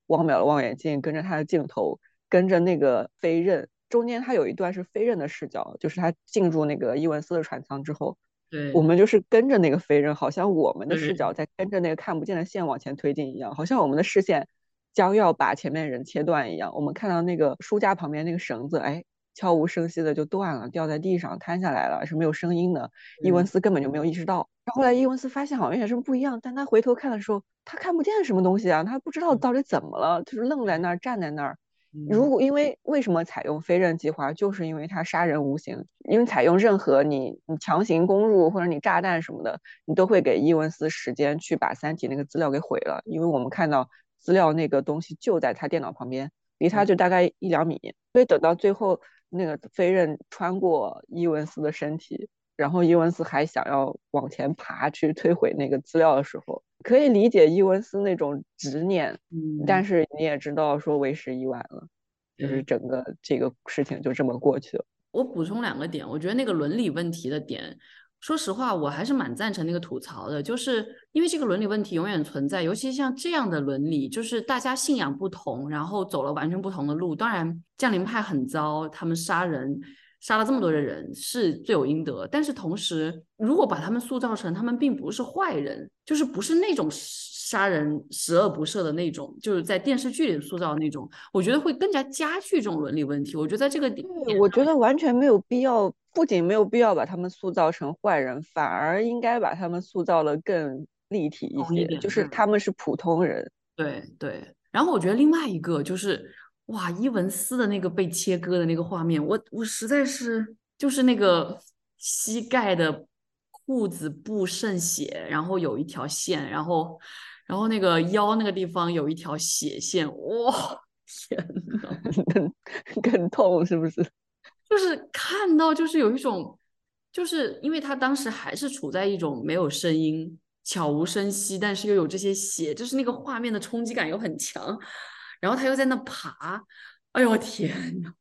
汪淼的望远镜，跟着他的镜头，跟着那个飞刃，中间他有一段是飞刃的视角，就是他进入那个伊文斯的船舱之后， 对， 我们就是跟着那个飞刃，好像我们的对视角在跟着那个看不见的线往前推进一样，好像我们的视线将要把前面人切断一样。我们看到那个书架旁边那个绳子，哎，悄无声息的就断了，掉在地上，摊下来了，是没有声音的。伊文斯根本就没有意识到。后来伊文斯发现好像有点什么不一样，但他回头看的时候，他看不见什么东西啊，他不知道到底怎么了，就是愣在那儿，站在那儿。因为为什么采用飞刃计划，就是因为它杀人无形，因为采用任何你强行攻入或者你炸弹什么的，你都会给伊文斯时间去把三体那个资料给毁了，因为我们看到资料那个东西就在他电脑旁边，离他就大概1-2米，所以等到最后那个飞刃穿过伊文斯的身体，然后伊文斯还想要往前爬去摧毁那个资料的时候，可以理解伊文斯那种执念，但是你也知道说为时已晚了，就是整个这个事情就这么过去了。 我补充2个点，我觉得那个伦理问题的点，说实话我还是蛮赞成那个吐槽的，就是因为这个伦理问题永远存在，尤其像这样的伦理，就是大家信仰不同，然后走了完全不同的路。当然降临派很糟，他们杀人杀了这么多的人是罪有应得，但是同时如果把他们塑造成他们并不是坏人，就是不是那种杀人十恶不赦的那种，就是在电视剧里塑造的那种，我觉得会更加加剧这种伦理问题。我觉得在这个点， 我觉得完全没有必要，不仅没有必要把他们塑造成坏人，反而应该把他们塑造的更立体一些，就是他们是普通人。 对对。然后我觉得另外一个就是哇，伊文斯的那个被切割的那个画面，我实在是就是那个膝盖的裤子布渗血，然后有一条线，然后那个腰那个地方有一条血线，哇，天哪， 更痛是不是？ 就是看到就是有一种，就是因为他当时还是处在一种没有声音、悄无声息，但是又有这些血，就是那个画面的冲击感又很强。然后他又在那爬，哎呦天哪！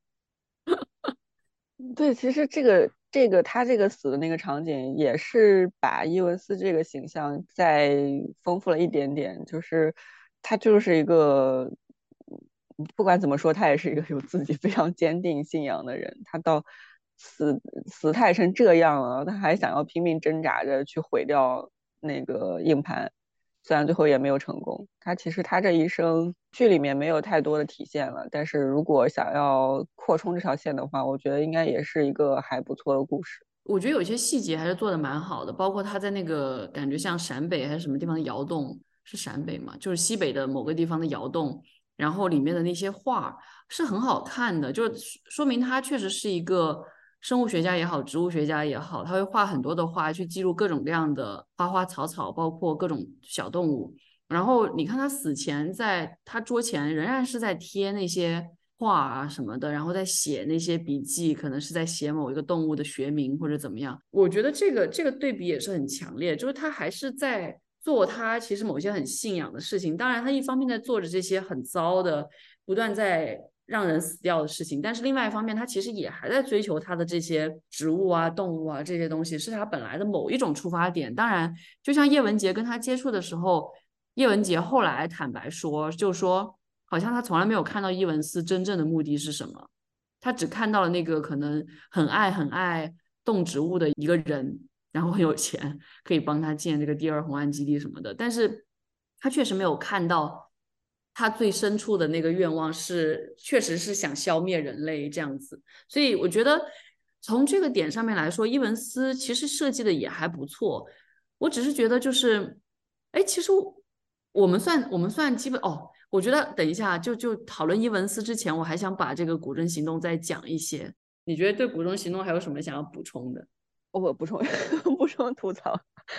对，其实他这个死的那个场景也是把伊文斯这个形象再丰富了一点点，就是他就是一个不管怎么说，他也是一个有自己非常坚定信仰的人。他到死态成这样了，他还想要拼命挣扎着去毁掉那个硬盘。虽然最后也没有成功，其实他这一生剧里面没有太多的体现了，但是如果想要扩充这条线的话，我觉得应该也是一个还不错的故事。 我觉得有些细节还是做的蛮好的，包括他在那个感觉像陕北还是什么地方的窑洞，是陕北嘛，就是西北的某个地方的窑洞，然后里面的那些画是很好看的，就说明他确实是一个生物学家也好，植物学家也好，他会画很多的画去记录各种各样的花花草草，包括各种小动物。然后你看他死前在他桌前仍然是在贴那些画啊什么的，然后在写那些笔记，可能是在写某一个动物的学名或者怎么样。我觉得这个对比也是很强烈，就是他还是在做他其实某些很信仰的事情。当然，他一方面在做着这些很糟的，不断在让人死掉的事情，但是另外一方面，他其实也还在追求他的这些植物啊、动物啊这些东西，是他本来的某一种出发点。当然，就像叶文洁跟他接触的时候，叶文洁后来坦白说，就说好像他从来没有看到伊文斯真正的目的是什么，他只看到了那个可能很爱动植物的一个人，然后很有钱，可以帮他建这个第2红岸基地什么的，但是他确实没有看到他最深处的那个愿望确实是想消灭人类这样子。所以我觉得从这个点上面来说，伊文斯其实设计的也还不错。我只是觉得就是哎，其实我们算基本哦，我觉得等一下就讨论伊文斯之前，我还想把这个古筝行动再讲一些。你觉得对古筝行动还有什么想要补充的？ 我补充吐槽，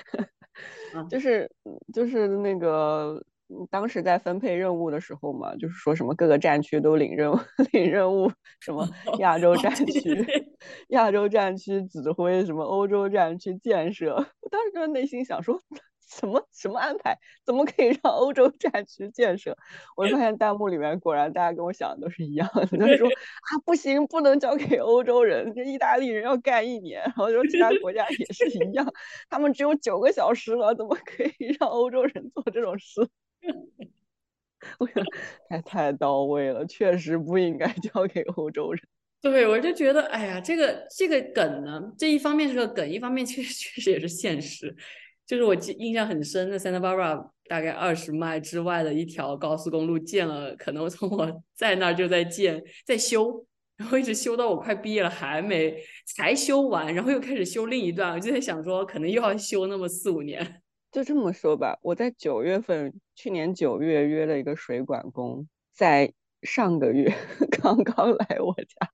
就是那个当时在分配任务的时候嘛，就是说什么各个战区都领任务，什么亚洲战区指挥，什么欧洲战区建设。我当时就内心想说，什么安排？怎么可以让欧洲战区建设？我发现弹幕里面果然大家跟我想的都是一样的，就是说啊不行，不能交给欧洲人，这意大利人要干1年，然后说其他国家也是一样，他们只有9个小时了，怎么可以让欧洲人做这种事？ 我觉得太到位了，确实不应该交给欧洲人。 对，我就觉得，哎呀，这个梗呢，这一方面是个梗，一方面确实也是现实。就是我印象很深的 Santa Barbara 大概20迈之外的一条高速公路建了，可能从我在那儿就在建，在修，然后一直修到我快毕业了才修完，然后又开始修另一段，我就在想说，可能又要修那么4、5年。 就这么说吧，我在9月份，去年9月约了一个水管工，在上个月刚刚来我家。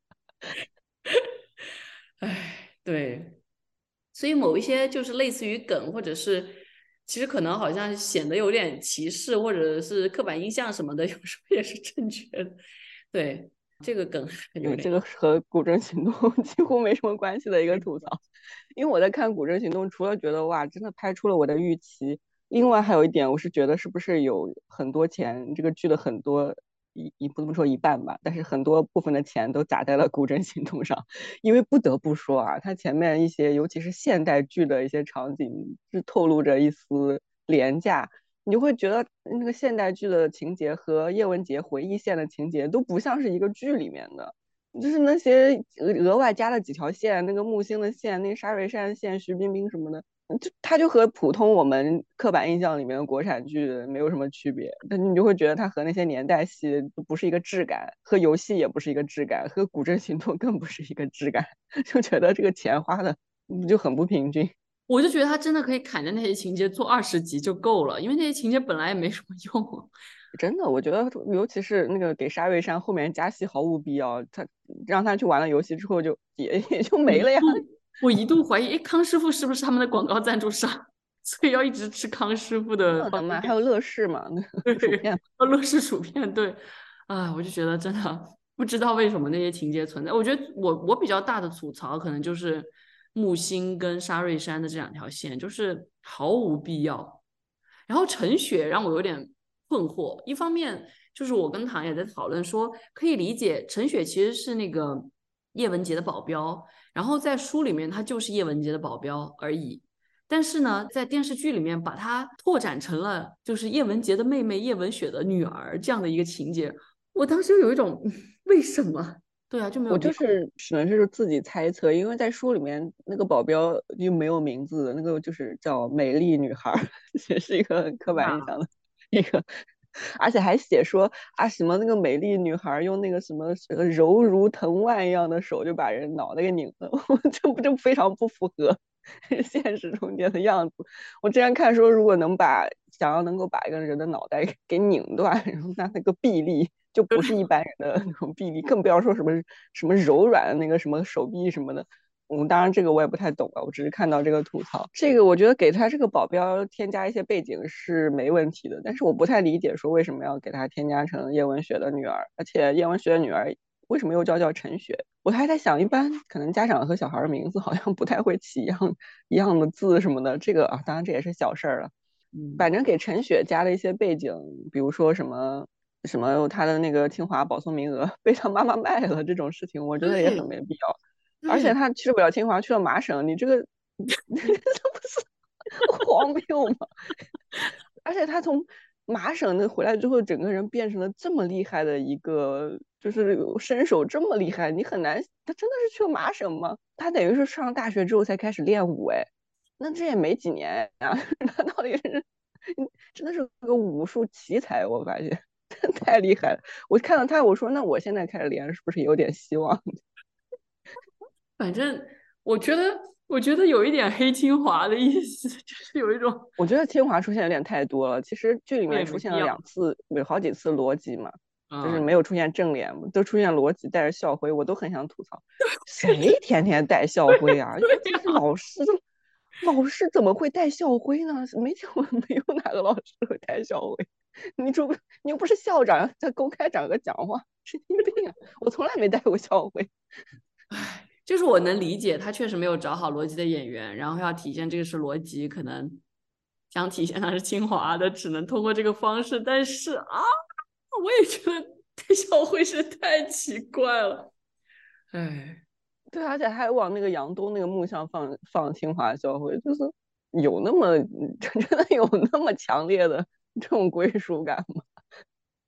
哎，对，所以某一些就是类似于梗，或者是其实可能好像显得有点歧视，或者是刻板印象什么的，有时候也是正确的。对，这个梗有点。 这个和古筝行动几乎没什么关系的一个吐槽。因为我在看古筝行动，除了觉得哇，真的拍出了我的预期，另外还有一点，我是觉得是不是有很多钱，这个剧的很多不这么说一半吧，但是很多部分的钱都砸在了古筝行动上。因为不得不说啊，它前面一些尤其是现代剧的一些场景，是透露着一丝廉价。你就会觉得那个现代剧的情节和叶文洁回忆线的情节都不像是一个剧里面的。就是那些额外加了几条线，那个木星的线，那个沙瑞珊线、徐冰冰什么的，它就和普通我们刻板印象里面的国产剧没有什么区别。但你就会觉得它和那些年代戏不是一个质感，和游戏也不是一个质感，和古筝行动更不是一个质感，就觉得这个钱花的就很不平均。 我就觉得他真的可以砍掉那些情节做20集就够了，因为那些情节本来也没什么用。 真的，我觉得尤其是那个给沙瑞珊后面加戏毫无必要，他让他去玩了游戏之后就也就没了呀。 我一度怀疑，哎，康师傅是不是他们的广告赞助商？所以要一直吃康师傅的方便面。 还有乐事嘛，那个薯片， 乐事薯片，对。啊，我就觉得真的不知道为什么那些情节存在。我觉得我比较大的吐槽可能就是木星跟沙瑞珊的这2条线，就是毫无必要。然后陈雪让我有点困惑，一方面就是我跟唐也在讨论说，可以理解陈雪其实是那个叶文洁的保镖，然后在书里面她就是叶文洁的保镖而已。但是呢，在电视剧里面把它拓展成了就是叶文洁的妹妹叶文雪的女儿这样的一个情节，我当时有一种为什么？对啊，就没有。 我就是只能是自己猜测，因为在书里面那个保镖就没有名字，那个就是叫美丽女孩，也是一个刻板印象的一个。而且还写说啊什么那个美丽女孩用那个什么柔如藤蔓一样的手就把人脑袋给拧了，这非常不符合现实中间的样子。我之前看说，如果想要能够把一个人的脑袋给拧断，然后那个臂力就不是一般人的那种臂力，更不要说什么柔软的那个什么手臂什么的。当然这个我也不太懂了，我只是看到这个吐槽。这个我觉得给他这个保镖添加一些背景是没问题的，但是我不太理解说为什么要给他添加成叶文雪的女儿，而且叶文雪的女儿为什么又叫陈雪？我还在想，一般可能家长和小孩的名字好像不太会起一样的字什么的，这个啊，当然这也是小事儿了。反正给陈雪加了一些背景，比如说什么他的那个清华保送名额被他妈妈卖了这种事情，我觉得也很没必要。而且他去不了清华，去了麻省，你这个这不是荒谬吗？而且他从麻省那回来之后，整个人变成了这么厉害的一个，就是身手这么厉害，你很难，他真的是去了麻省吗？他等于是上了大学之后才开始练武，哎，那这也没几年呀，他到底是真的是个武术奇才，我发现太厉害了。我看到他，我说那我现在开始练是不是有点希望？ 反正我觉得有一点黑清华的意思，就是有一种。 我觉得清华出现有点太多了。其实剧里面出现了2次，有好几次罗辑嘛，就是没有出现正脸嘛，都出现罗辑带着校徽，我都很想吐槽，谁天天带校徽啊？老师怎么会带校徽呢？没有哪个老师会带校徽。你又不是校长，在公开场合讲话，神经病啊！我从来没带过校徽。 唉，就是我能理解他确实没有找好罗辑的演员，然后要体现这个是罗辑，可能想体现他是清华的，只能通过这个方式。但是啊，我也觉得带校徽是太奇怪了。唉， 对，而且还往那个杨东那个墓像放清华校徽，就是有那么真的有那么强烈的这种归属感吗？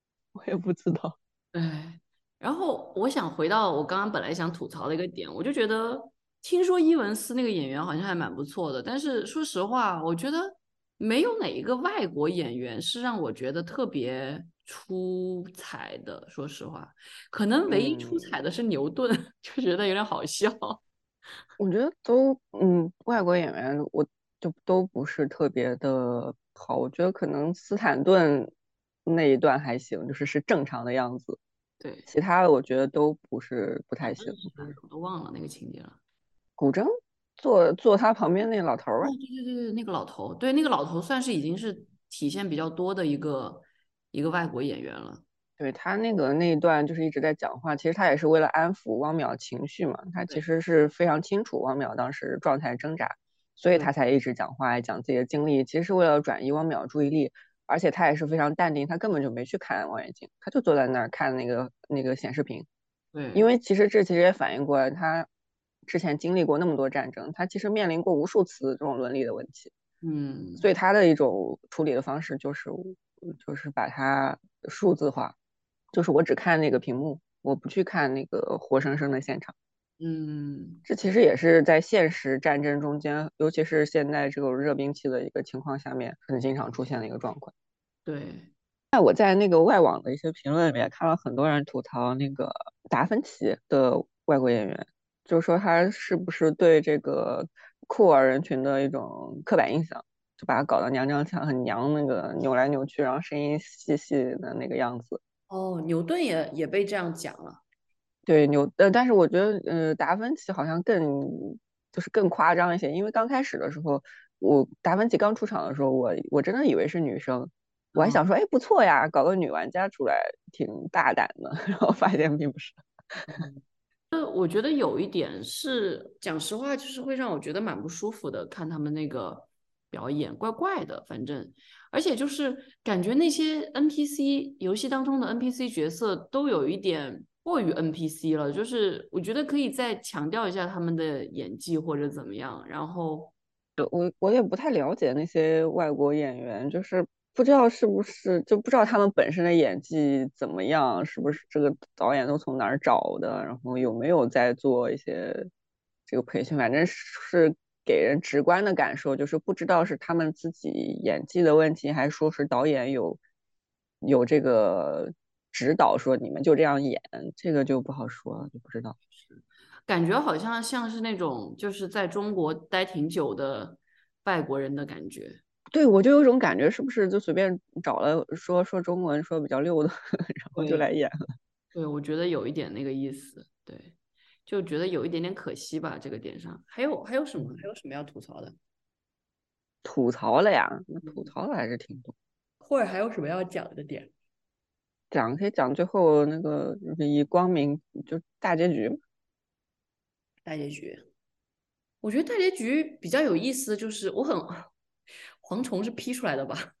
也不知道。 哎，然后我想回到我刚刚本来想吐槽的一个点，我就觉得听说伊文斯那个演员好像还蛮不错的，但是说实话，我觉得没有哪一个外国演员是让我觉得特别出彩的。说实话，可能唯一出彩的是牛顿，就觉得有点好笑。 我觉得都外国演员我就都不是特别的好，我觉得可能斯坦顿那一段还行，就是正常的样子， 对， 其他的我觉得都不太行。 我都忘了那个情节了。 古筝坐他旁边那老头哦， 儿， 对对对对，那个老头，对，那个老头算是已经是体现比较多的一个外国演员了。 对他那一段就是一直在讲话，其实他也是为了安抚汪淼情绪嘛，他其对实是非常清楚汪淼当时状态挣扎，所以对他才一直讲话，讲自己的经历，其实是为了转移汪淼注意力，而且他也是非常淡定，他根本就没去看望远镜，他就坐在那儿看那个显示屏，因对， 为其实也反映过来他之前经历过那么多战争，他其实面临过无数次这种伦理的问题， 嗯， 所以他的一种处理的方式就是把它数字化。就是我只看那个屏幕，我不去看那个活生生的现场。 嗯， 这其实也是在现实战争中间，尤其是现在这种热兵器的一个情况下面，很经常出现的一个状况。 对， 那我在那个外网的一些评论里面看到很多人吐槽那个达芬奇的外国演员，就是说他是不是对这个库尔人群的一种刻板印象，就把他搞得娘娘腔，很娘，那个扭来扭去，然后声音细细的那个样子。 哦，牛顿也被这样讲了。 对但是我觉得，达芬奇好像更夸张一些，因为刚开始的时候，达芬奇刚出场的时候，我真的以为是女生，我还啊， 想说，哎，不错呀，搞个女玩家出来挺大胆的，然后发现并不是。 我觉得有一点是，讲实话，就是会让我觉得蛮不舒服的，看他们那个表演，怪怪的，反正，而且就是感觉那些 NPC 游戏当中的 NPC 角色都有一点过于 NPC 了，就是我觉得可以再强调一下他们的演技或者怎么样，然后我也不太了解那些外国演员，就是不知道是不是就不知道他们本身的演技怎么样，是不是这个导演都从哪儿找的，然后有没有在做一些这个培训，反正是给人直观的感受，就是不知道是他们自己演技的问题，还是说是导演有这个指导说你们就这样演，这个就不好说了，就不知道。 感觉好像是那种就是在中国待挺久的外国人的感觉。 对，我就有种感觉，是不是就随便找了说中文说比较溜的，然后就对来演了。 对，我觉得有一点那个意思，对，就觉得有一点点可惜吧，这个点上。还有什么？还有什么要吐槽的？ 吐槽了呀，那吐嗯， 槽的还是挺多。 或者还有什么要讲的点？ 可以讲最后那个就是以光明就大结局嘛。 大结局，我觉得大结局比较有意思的就是，蝗虫是 P 出来的吧？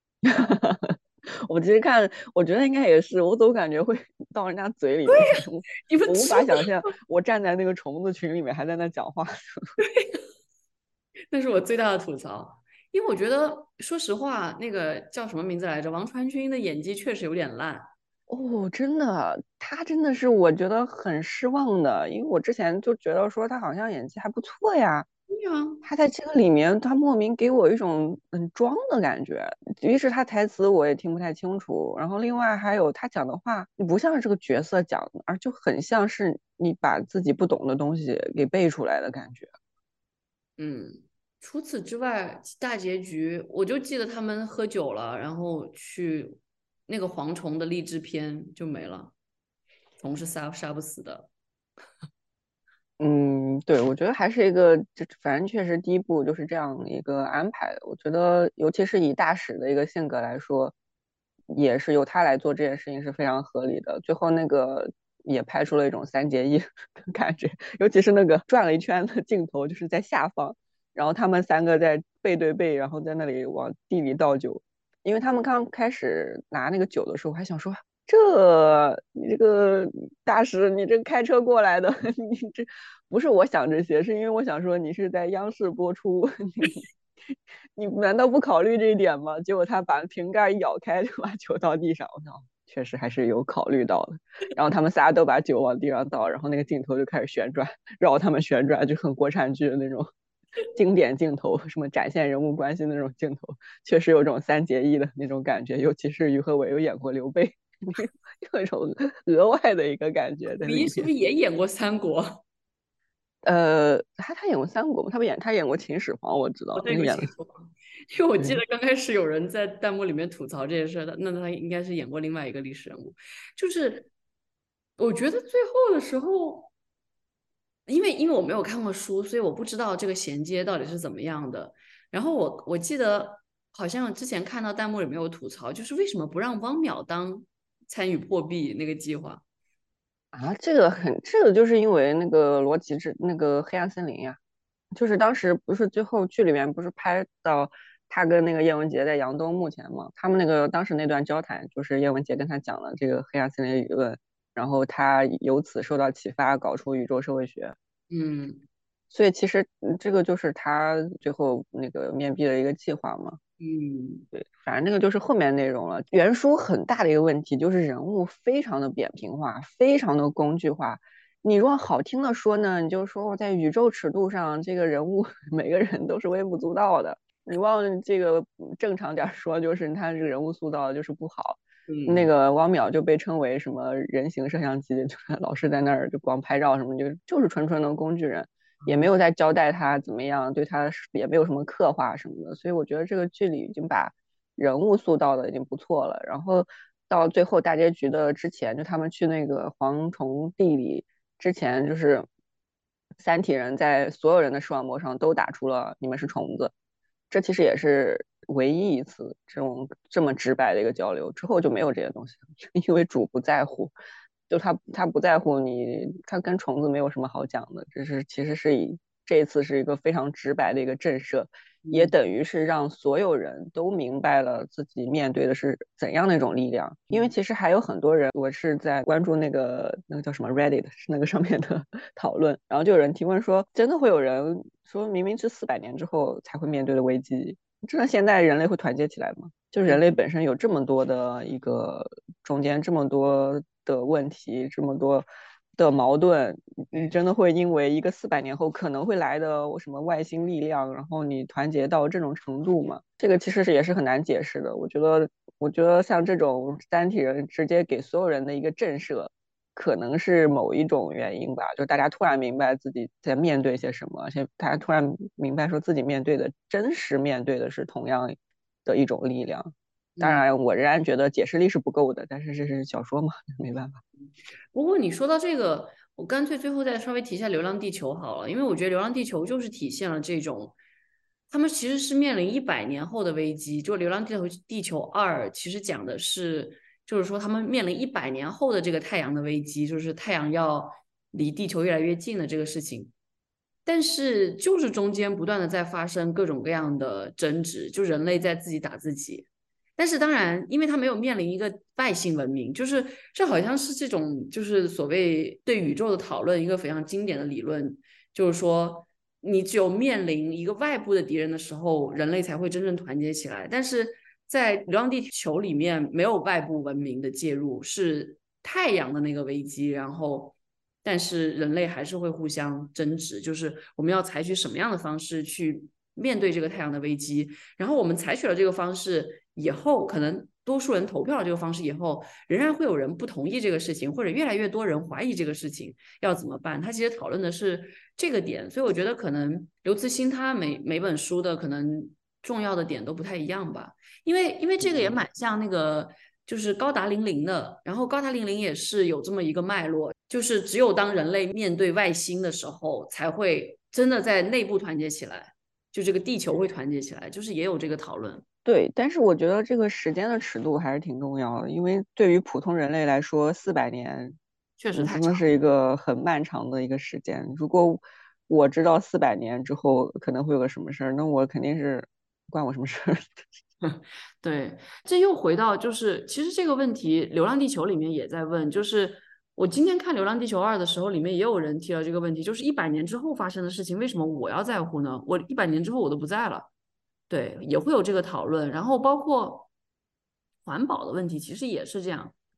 我其实看，我觉得应该也是，我总感觉会到人家嘴里面，我无你们吃法想象我站在那个虫子群里面还在那讲话。 那是我最大的吐槽，因为我觉得，说实话，那个叫什么名字来着，王传君的演技确实有点烂。 哦，真的，他真的是我觉得很失望的，因为我之前就觉得说他好像演技还不错呀， 对呀， 他在这个里面他莫名给我一种装的感觉，于是他台词我也听不太清楚，然后另外还有他讲的话，你不像是这个角色讲的，而就很像是你把自己不懂的东西给背出来的感觉。 嗯，除此之外，大结局我就记得他们喝酒了，然后去那个蝗虫的励志片就没了，虫是杀不死的。 嗯，对，我觉得还是一个，就反正确实第一部就是这样一个安排的。我觉得，尤其是以大使的一个性格来说，也是由他来做这件事情是非常合理的。最后那个也拍出了一种三结义的感觉，尤其是那个转了一圈的镜头，就是在下方，然后他们三个在背对背，然后在那里往地里倒酒。因为他们刚开始拿那个酒的时候，我还想说，你这个大师，你这开车过来的，你这不是我想这些，是因为我想说你是在央视播出，你难道不考虑这一点吗？结果他把瓶盖一咬开，就把酒倒地上，我想确实还是有考虑到的。然后他们仨都把酒往地上倒，然后那个镜头就开始旋转，绕他们旋转，就很国产剧的那种经典镜头，什么展现人物关系的那种镜头，确实有种三结义的那种感觉。尤其是于和伟有演过刘备，有一种额外的一个感觉在里面。 是不是也演过三国？ 他演过三国吗？他演过秦始皇，我知道。 那个演过，因为我记得刚开始有人在弹幕里面吐槽这件事，那他应该是演过另外一个历史人物。就是我觉得最后的时候，因为我没有看过书，所以我不知道这个衔接到底是怎么样的。然后我记得好像之前看到弹幕里面有吐槽，就是为什么不让汪淼参与破壁那个计划？ 啊，这个就是因为那个罗辑那个黑暗森林呀，就是当时不是最后剧里面不是拍到他跟那个叶文洁在杨东墓前嘛，他们那个当时那段交谈就是叶文洁跟他讲了这个黑暗森林理论，然后他由此受到启发，搞出宇宙社会学。所以其实这个就是他最后那个面壁的一个计划嘛。对，反正那个就是后面内容了。原书很大的一个问题就是人物非常的扁平化，非常的工具化。你如果好听的说呢，你就说我在宇宙尺度上，这个人物每个人都是微不足道的。你往这个正常点说，就是他这个人物塑造的就是不好。那个汪淼就被称为什么人形摄像机，就是老是在那儿就光拍照什么，就是纯纯的工具人。也没有在交代他怎么样，对他也没有什么刻画什么的，所以我觉得这个剧里已经把人物塑造的已经不错了。然后到最后大结局的之前，就他们去那个蝗虫地里之前，就是三体人在所有人的视网膜上都打出了你们是虫子，这其实也是唯一一次这么直白的一个交流，之后就没有这些东西了，因为主不在乎。就他不在乎你，他跟虫子没有什么好讲的，其实这一次是一个非常直白的一个震慑，也等于是让所有人都明白了自己面对的是怎样的一种力量。因为其实还有很多人，我是在关注那个叫什么 Reddit 是那个上面的讨论，然后就有人提问说，真的会有人说明明是400年之后才会面对的危机，真的现在人类会团结起来吗？就人类本身有这么多的一个中间这么多的问题，这么多的矛盾，你真的会因为一个400年后可能会来的什么外星力量，然后你团结到这种程度吗？这个其实也是很难解释的。我觉得像这种三体人直接给所有人的一个震慑，可能是某一种原因吧，就大家突然明白自己在面对些什么，而且大家突然明白说自己真实面对的是同样的一种力量。当然我仍然觉得解释力是不够的，但是这是小说嘛，没办法。 不过你说到这个，我干脆最后再稍微提一下《流浪地球》好了，因为我觉得《流浪地球》就是体现了这种，他们其实是面临100年后的危机。就《流浪地球2》其实讲的是，就是说他们面临100年后的这个太阳的危机，就是太阳要离地球越来越近的这个事情。但是就是中间不断的在发生各种各样的争执，就人类在自己打自己。但是当然，因为他没有面临一个外星文明，就是这好像是这种就是所谓对宇宙的讨论一个非常经典的理论，就是说你只有面临一个外部的敌人的时候，人类才会真正团结起来。但是在《流浪地球》里面没有外部文明的介入，是太阳的那个危机，然后但是人类还是会互相争执，就是我们要采取什么样的方式去面对这个太阳的危机，然后我们采取了这个方式以后，可能多数人投票了这个方式以后，仍然会有人不同意这个事情，或者越来越多人怀疑这个事情，要怎么办？他其实讨论的是这个点，所以我觉得可能刘慈欣他每本书的可能重要的点都不太一样吧，因为这个也蛮像那个就是高达00的，然后高达00也是有这么一个脉络，就是只有当人类面对外星的时候，才会真的在内部团结起来，就这个地球会团结起来，就是也有这个讨论。 对，但是我觉得这个时间的尺度还是挺重要的，因为对于普通人类来说，400年确实太长， 真的是一个很漫长的一个时间。如果我知道400年之后可能会有个什么事儿，那我肯定是关我什么事儿。 对，这又回到就是其实这个问题，《流浪地球》里面也在问，就是我今天看《流浪地球2》的时候，里面也有人提到这个问题，就是100年之后发生的事情，为什么我要在乎呢？我100年之后我都不在了。对，也会有这个讨论，然后包括环保的问题，其实也是这样。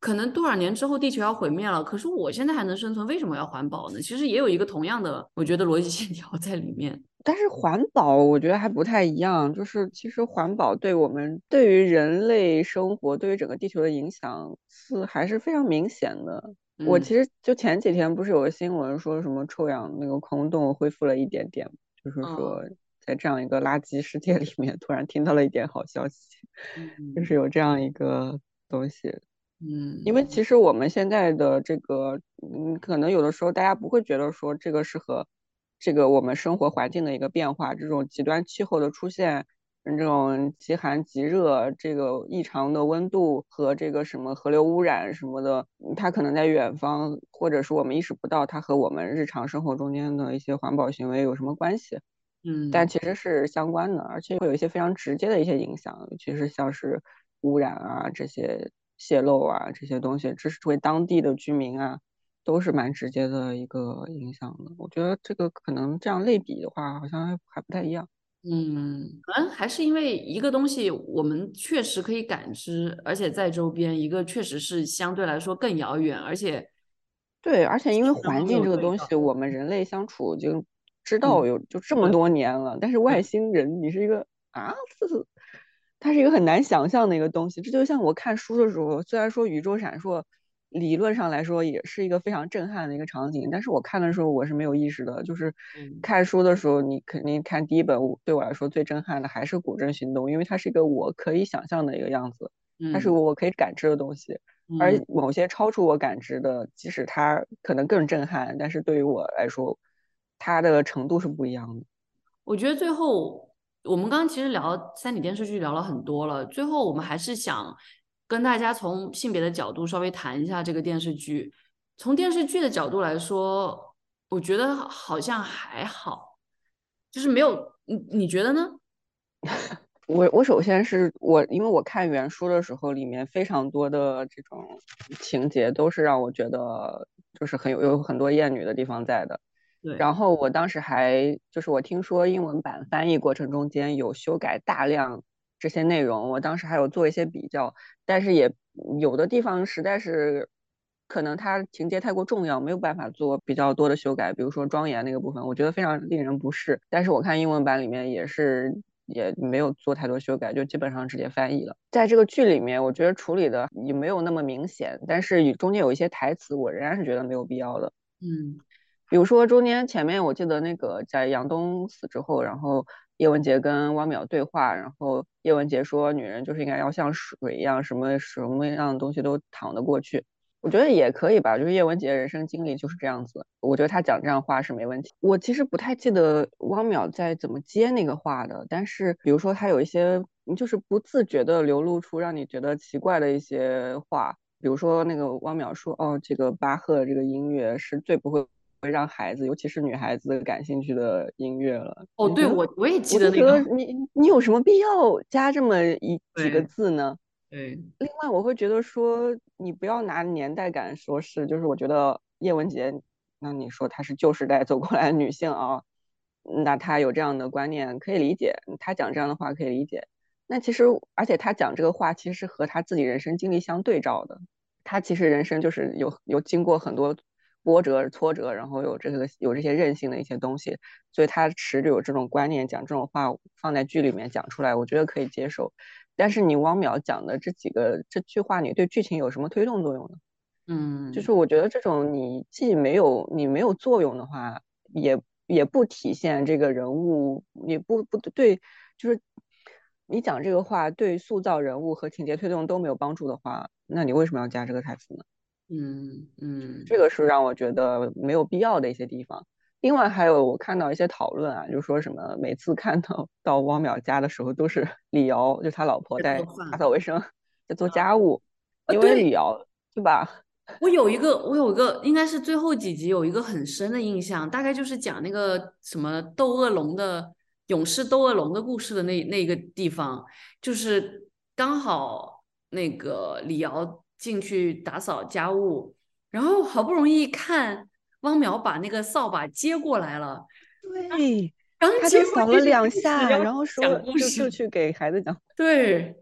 可能多少年之后地球要毁灭了，可是我现在还能生存，为什么要环保呢？其实也有一个同样的，我觉得逻辑线条在里面。 但是环保我觉得还不太一样，就是其实环保对我们对于人类生活对于整个地球的影响还是非常明显的。我其实就前几天不是有个新闻说什么臭氧那个空洞恢复了一点点，就是说在这样一个垃圾世界里面突然听到了一点好消息，就是有这样一个东西。因为其实我们现在的这个可能有的时候大家不会觉得说这个是和这个我们生活环境的一个变化，这种极端气候的出现，这种极寒极热，这个异常的温度和这个什么河流污染什么的，它可能在远方，或者是我们意识不到它和我们日常生活中间的一些环保行为有什么关系。但其实是相关的，而且会有一些非常直接的一些影响，其实像是污染啊这些泄漏啊这些东西，这是对当地的居民啊都是蛮直接的一个影响的。我觉得这个可能这样类比的话，好像还不太一样。 可能还是因为一个东西我们确实可以感知，而且在周边，一个确实是相对来说更遥远，而且对，而且因为环境这个东西，我们人类相处就知道有就这么多年了，但是外星人你是一个它是一个很难想象的一个东西。这就像我看书的时候，虽然说宇宙闪烁理论上来说也是一个非常震撼的一个场景，但是我看的时候我是没有意识的。就是看书的时候，你肯定看第一本，对我来说最震撼的还是《古镇行动》，因为它是一个我可以想象的一个样子，它是我可以感知的东西。而某些超出我感知的，即使它可能更震撼，但是对于我来说，它的程度是不一样的。 我觉得最后我们刚刚其实聊三体电视剧聊了很多了，最后我们还是想跟大家从性别的角度稍微谈一下这个电视剧。从电视剧的角度来说，我觉得好像还好，就是没有，你觉得呢？ 我首先是因为我看原书的时候，里面非常多的这种情节都是让我觉得就是有很多厌女的地方在的。 对。 然后我当时就是我听说英文版翻译过程中间有修改大量这些内容，我当时还有做一些比较，但是也有的地方实在是可能它情节太过重要，没有办法做比较多的修改，比如说庄严那个部分，我觉得非常令人不适。但是我看英文版里面也没有做太多修改，就基本上直接翻译了。在这个剧里面，我觉得处理的也没有那么明显，但是中间有一些台词，我仍然是觉得没有必要的。比如说中间前面我记得那个在杨东死之后，然后叶文洁跟汪淼对话，然后叶文洁说女人就是应该要像水一样，什么样的东西都淌得过去。我觉得也可以吧，就是叶文洁人生经历就是这样子，我觉得他讲这样话是没问题。我其实不太记得汪淼在怎么接那个话的，但是比如说他有一些就是不自觉的流露出让你觉得奇怪的一些话，比如说那个汪淼说，这个巴赫这个音乐是最不会让孩子，尤其是女孩子感兴趣的音乐了。 对，我也记得那个。 你有什么必要加这么几个字呢？ 对。 另外，我会觉得说，你不要拿年代感说事，就是我觉得叶文洁，那你说她是旧时代走过来的女性啊，那她有这样的观念可以理解，她讲这样的话可以理解。那其实，而且她讲这个话，其实是和她自己人生经历相对照的。她其实人生就是有经过很多波折、挫折，然后有这些韧性的一些东西，所以她持着有这种观念，讲这种话放在剧里面讲出来，我觉得可以接受。但是你汪淼讲的这句话，你对剧情有什么推动作用呢？就是我觉得这种你没有作用的话，也不体现这个人物，也不对，就是你讲这个话对塑造人物和情节推动都没有帮助的话，那你为什么要加这个台词呢？这个是让我觉得没有必要的一些地方。另外还有我看到一些讨论啊，就说什么每次看到汪淼家的时候，都是李瑶就他老婆在打扫卫生，在做家务，因为李瑶对吧？ 我有一个应该是最后几集有一个很深的印象，大概就是讲那个什么勇士斗恶龙的故事的那个地方，就是刚好那个李瑶进去打扫家务，然后好不容易看汪淼把那个扫把接过来了， 对，他就扫了2下，然后说就去给孩子讲， 对，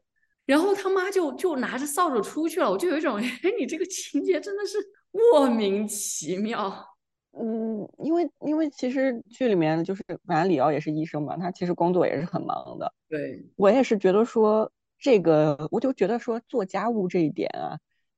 然后他妈就拿着扫帚出去了，我就有一种，哎，你这个情节真的是莫名其妙。 因为其实剧里面就是反正李瑶也是医生嘛，他其实工作也是很忙的。 对， 我也是觉得说这个，我就觉得说做家务这一点啊，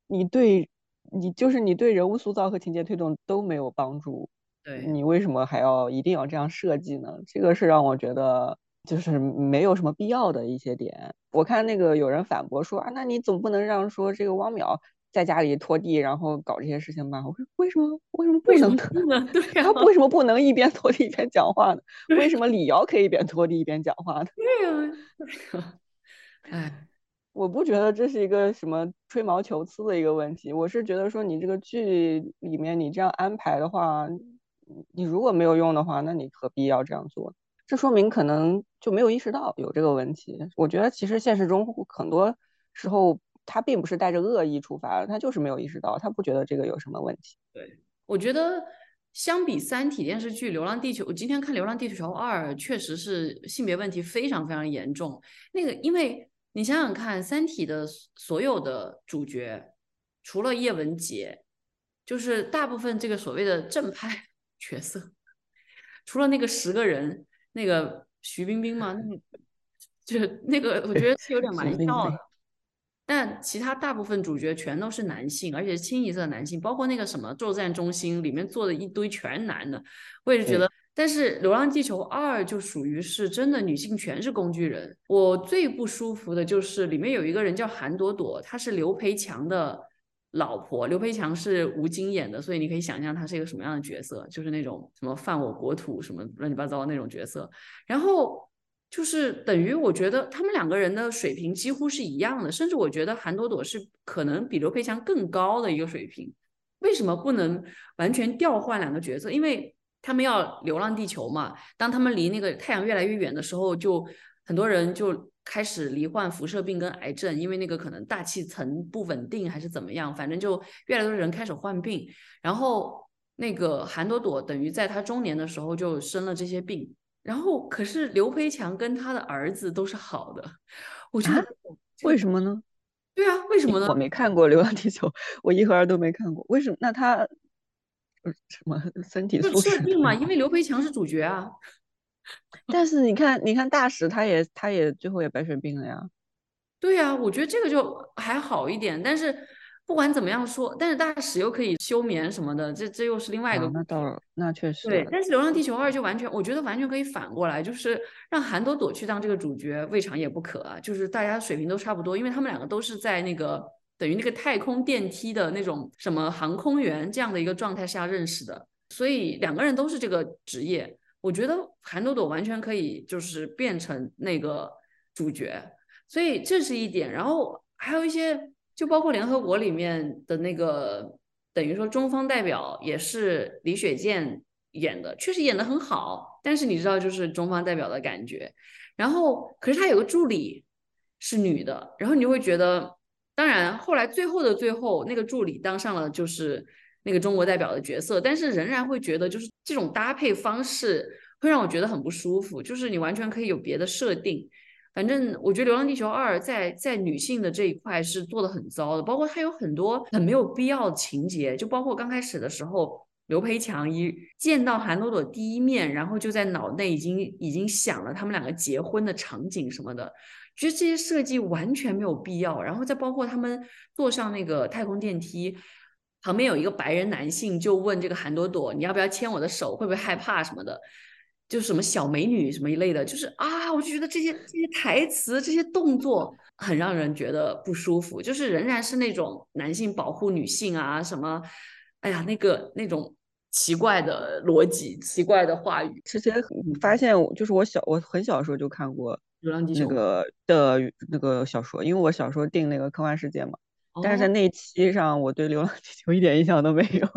你对人物塑造和情节推动都没有帮助， 对， 你为什么还要一定要这样设计呢？这个是让我觉得就是没有什么必要的一些点。我看那个有人反驳说啊，那你总不能让说这个汪淼在家里拖地，然后搞这些事情吧？我说为什么不能呢？ 不能？对呀、 他为什么不能一边拖地一边讲话呢？ 对为什么李瑶可以一边拖地一边讲话呢？ 对呀、哎， 我不觉得这是一个什么吹毛求疵的一个问题，我是觉得说你这个剧里面你这样安排的话，你如果没有用的话，那你何必要这样做？这说明可能就没有意识到有这个问题。我觉得其实现实中很多时候他并不是带着恶意出发的，他就是没有意识到，他不觉得这个有什么问题。 对，我觉得相比《三体》电视剧《流浪地球》，我今天看《流浪地球二》，确实是性别问题非常非常严重。那个，因为你想想看，《三体》的所有的主角，除了叶文洁，就是大部分这个所谓的正派角色，除了那个10个人，那个徐冰冰嘛，就是那个，我觉得是有点玩笑的。但其他大部分主角全都是男性，而且是清一色男性，包括那个什么作战中心里面坐的一堆全是男的，我也是觉得。但是《流浪地球二》就属于是真的女性全是工具人。我最不舒服的就是里面有一个人叫韩朵朵，她是刘培强的老婆，刘培强是吴京演的，所以你可以想象他是一个什么样的角色，就是那种什么犯我国土什么乱七八糟的那种角色。然后就是等于我觉得他们两个人的水平几乎是一样的，甚至我觉得韩朵朵是可能比刘培强更高的一个水平。为什么不能完全调换两个角色？因为他们要流浪地球嘛，当他们离那个太阳越来越远的时候，就很多人就开始罹患辐射病跟癌症，因为那个可能大气层不稳定还是怎么样，反正就越来越多人开始患病。然后那个韩朵朵等于在她中年的时候就生了这些病。然后，可是刘培强跟他的儿子都是好的，我觉得、 为什么呢？ 对啊，为什么呢？ 我没看过《流浪地球》，我一和二都没看过，为什么？那他什么身体素质设定嘛，因为刘培强是主角啊。 但是你看大使他也最后也白血病了呀。 对呀、我觉得这个就还好一点，但是不管怎么样说，但是大使又可以休眠什么的，这又是另外一个故事。 那确实。 对，但是《流浪地球二》就完全，我觉得完全可以反过来，就是让韩朵朵去当这个主角，未尝也不可啊。就是大家水平都差不多，因为他们两个都是在那个等于那个太空电梯的那种什么航空员这样的一个状态下认识的，所以两个人都是这个职业。我觉得韩朵朵完全可以就是变成那个主角，所以这是一点。然后还有一些，就包括联合国里面的那个。等于说中方代表也是李雪健演的，确实演的很好，但是你知道就是中方代表的感觉。然后可是他有个助理是女的，然后你就会觉得，当然后来最后的最后，那个助理当上了就是那个中国代表的角色，但是仍然会觉得就是这种搭配方式会让我觉得很不舒服，就是你完全可以有别的设定。反正我觉得《流浪地球二》在女性的这一块是做的很糟的，包括它有很多很没有必要的情节，就包括刚开始的时候，刘培强一见到韩朵朵第一面，然后就在脑内已经想了他们两个结婚的场景什么的，觉得这些设计完全没有必要。然后再包括他们坐上那个太空电梯。旁边有一个白人男性就问这个韩朵朵：“你要不要牵我的手？会不会害怕什么的？”就是什么小美女什么一类的，就是啊，我就觉得这些台词、这些动作很让人觉得不舒服，就是仍然是那种男性保护女性啊，什么，哎呀，那种奇怪的逻辑、奇怪的话语。 之前发现，就是我很小时候就看过那流浪地球个的那个小说，因为我小时候订那个科幻世界嘛，但是在哦， 那一期上，我对《流浪地球》一点印象都没有。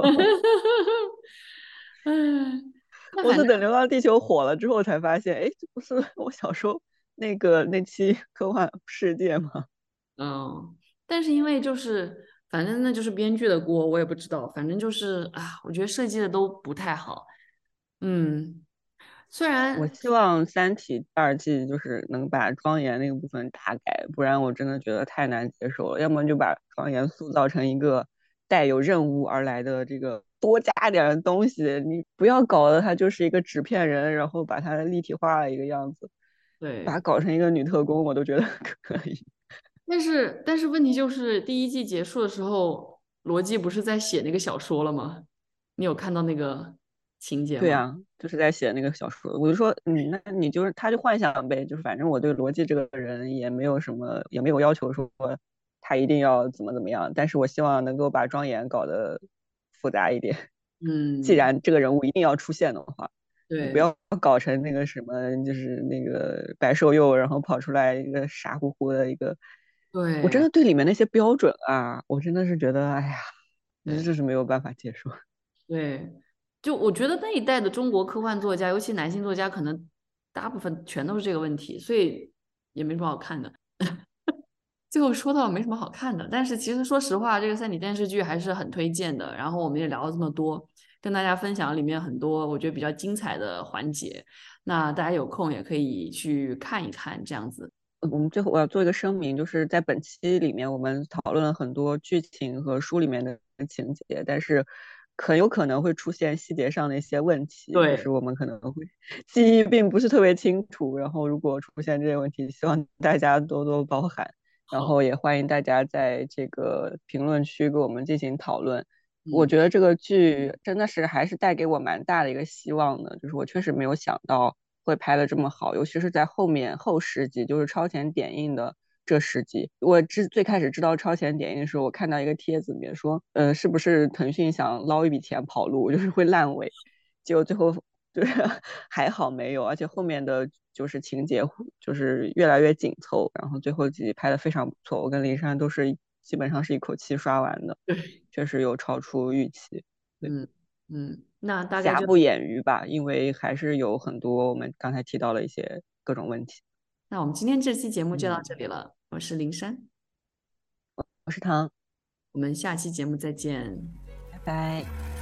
嗯，那我反正是等《流浪地球》火了之后才发现，哎，这不是我小时候那期科幻世界吗？ 嗯，但是因为就是反正那就是编剧的锅，我也不知道，反正就是啊，我觉得设计的都不太好。嗯， 虽然我希望《三体》第二季就是能把庄严那个部分大改，不然我真的觉得太难接受了。要么就把庄严塑造成一个带有任务而来的这个多加点东西，你不要搞得他就是一个纸片人，然后把他立体化了一个样子，把对， 他搞成一个女特工，我都觉得可以。 但是问题就是第一季结束的时候，罗辑不是在写那个小说了吗？你有看到那个情节吗？ 对呀，就是在写那个小说，我就说，那你就是他就幻想呗，就是反正我对罗辑这个人也没有什么，也没有要求说他一定要怎么样，但是我希望能够把庄严搞得复杂一点。既嗯， 然这个人物一定要出现的话，你不对要搞成那个什么，就是那个白瘦幼，然后跑出来一个傻乎乎的一个，我真对的对里面那些标准啊，我真的是觉得，哎呀，真对是没有办法接受。 对，就我觉得那一代的中国科幻作家，尤其男性作家，可能大部分全都是这个问题，所以也没什么好看的。最后说到没什么好看的，但是其实说实话，这个三体电视剧还是很推荐的。然后我们也聊了这么多，跟大家分享里面很多我觉得比较精彩的环节。那大家有空也可以去看一看，这样子。 我们最后我要做一个声明，就是在本期里面，我们讨论了很多剧情和书里面的情节，但是很有可能会出现细节上的一些问题，就是对， 我们可能会记忆并不是特别清楚，然后如果出现这些问题，希望大家多多包涵，然好， 后也欢迎大家在这个评论区跟我们进行讨论。我嗯， 觉得这个剧真的是还是带给我蛮大的一个希望的，就是我确实没有想到会拍的这么好，尤其是在后面后10集，就是超前点映的这10集。我最开始知道超前点映的时候，我看到一个帖子里面说，是不是腾讯想捞一笔钱跑路，就是会烂尾，结果最后就是还好没有，而且后面的就是情节就是越来越紧凑，然后最后几集拍的非常不错，我跟林珊都是基本上是一口气刷完的。 对， 确实有超出预期，对， 嗯那大概就瑕不掩瑜吧，因为还是有很多我们刚才提到的一些各种问题。 那我们今天这期节目就到这嗯， 里了，我是林珊， 我是唐， 我们下期节目再见。 拜拜。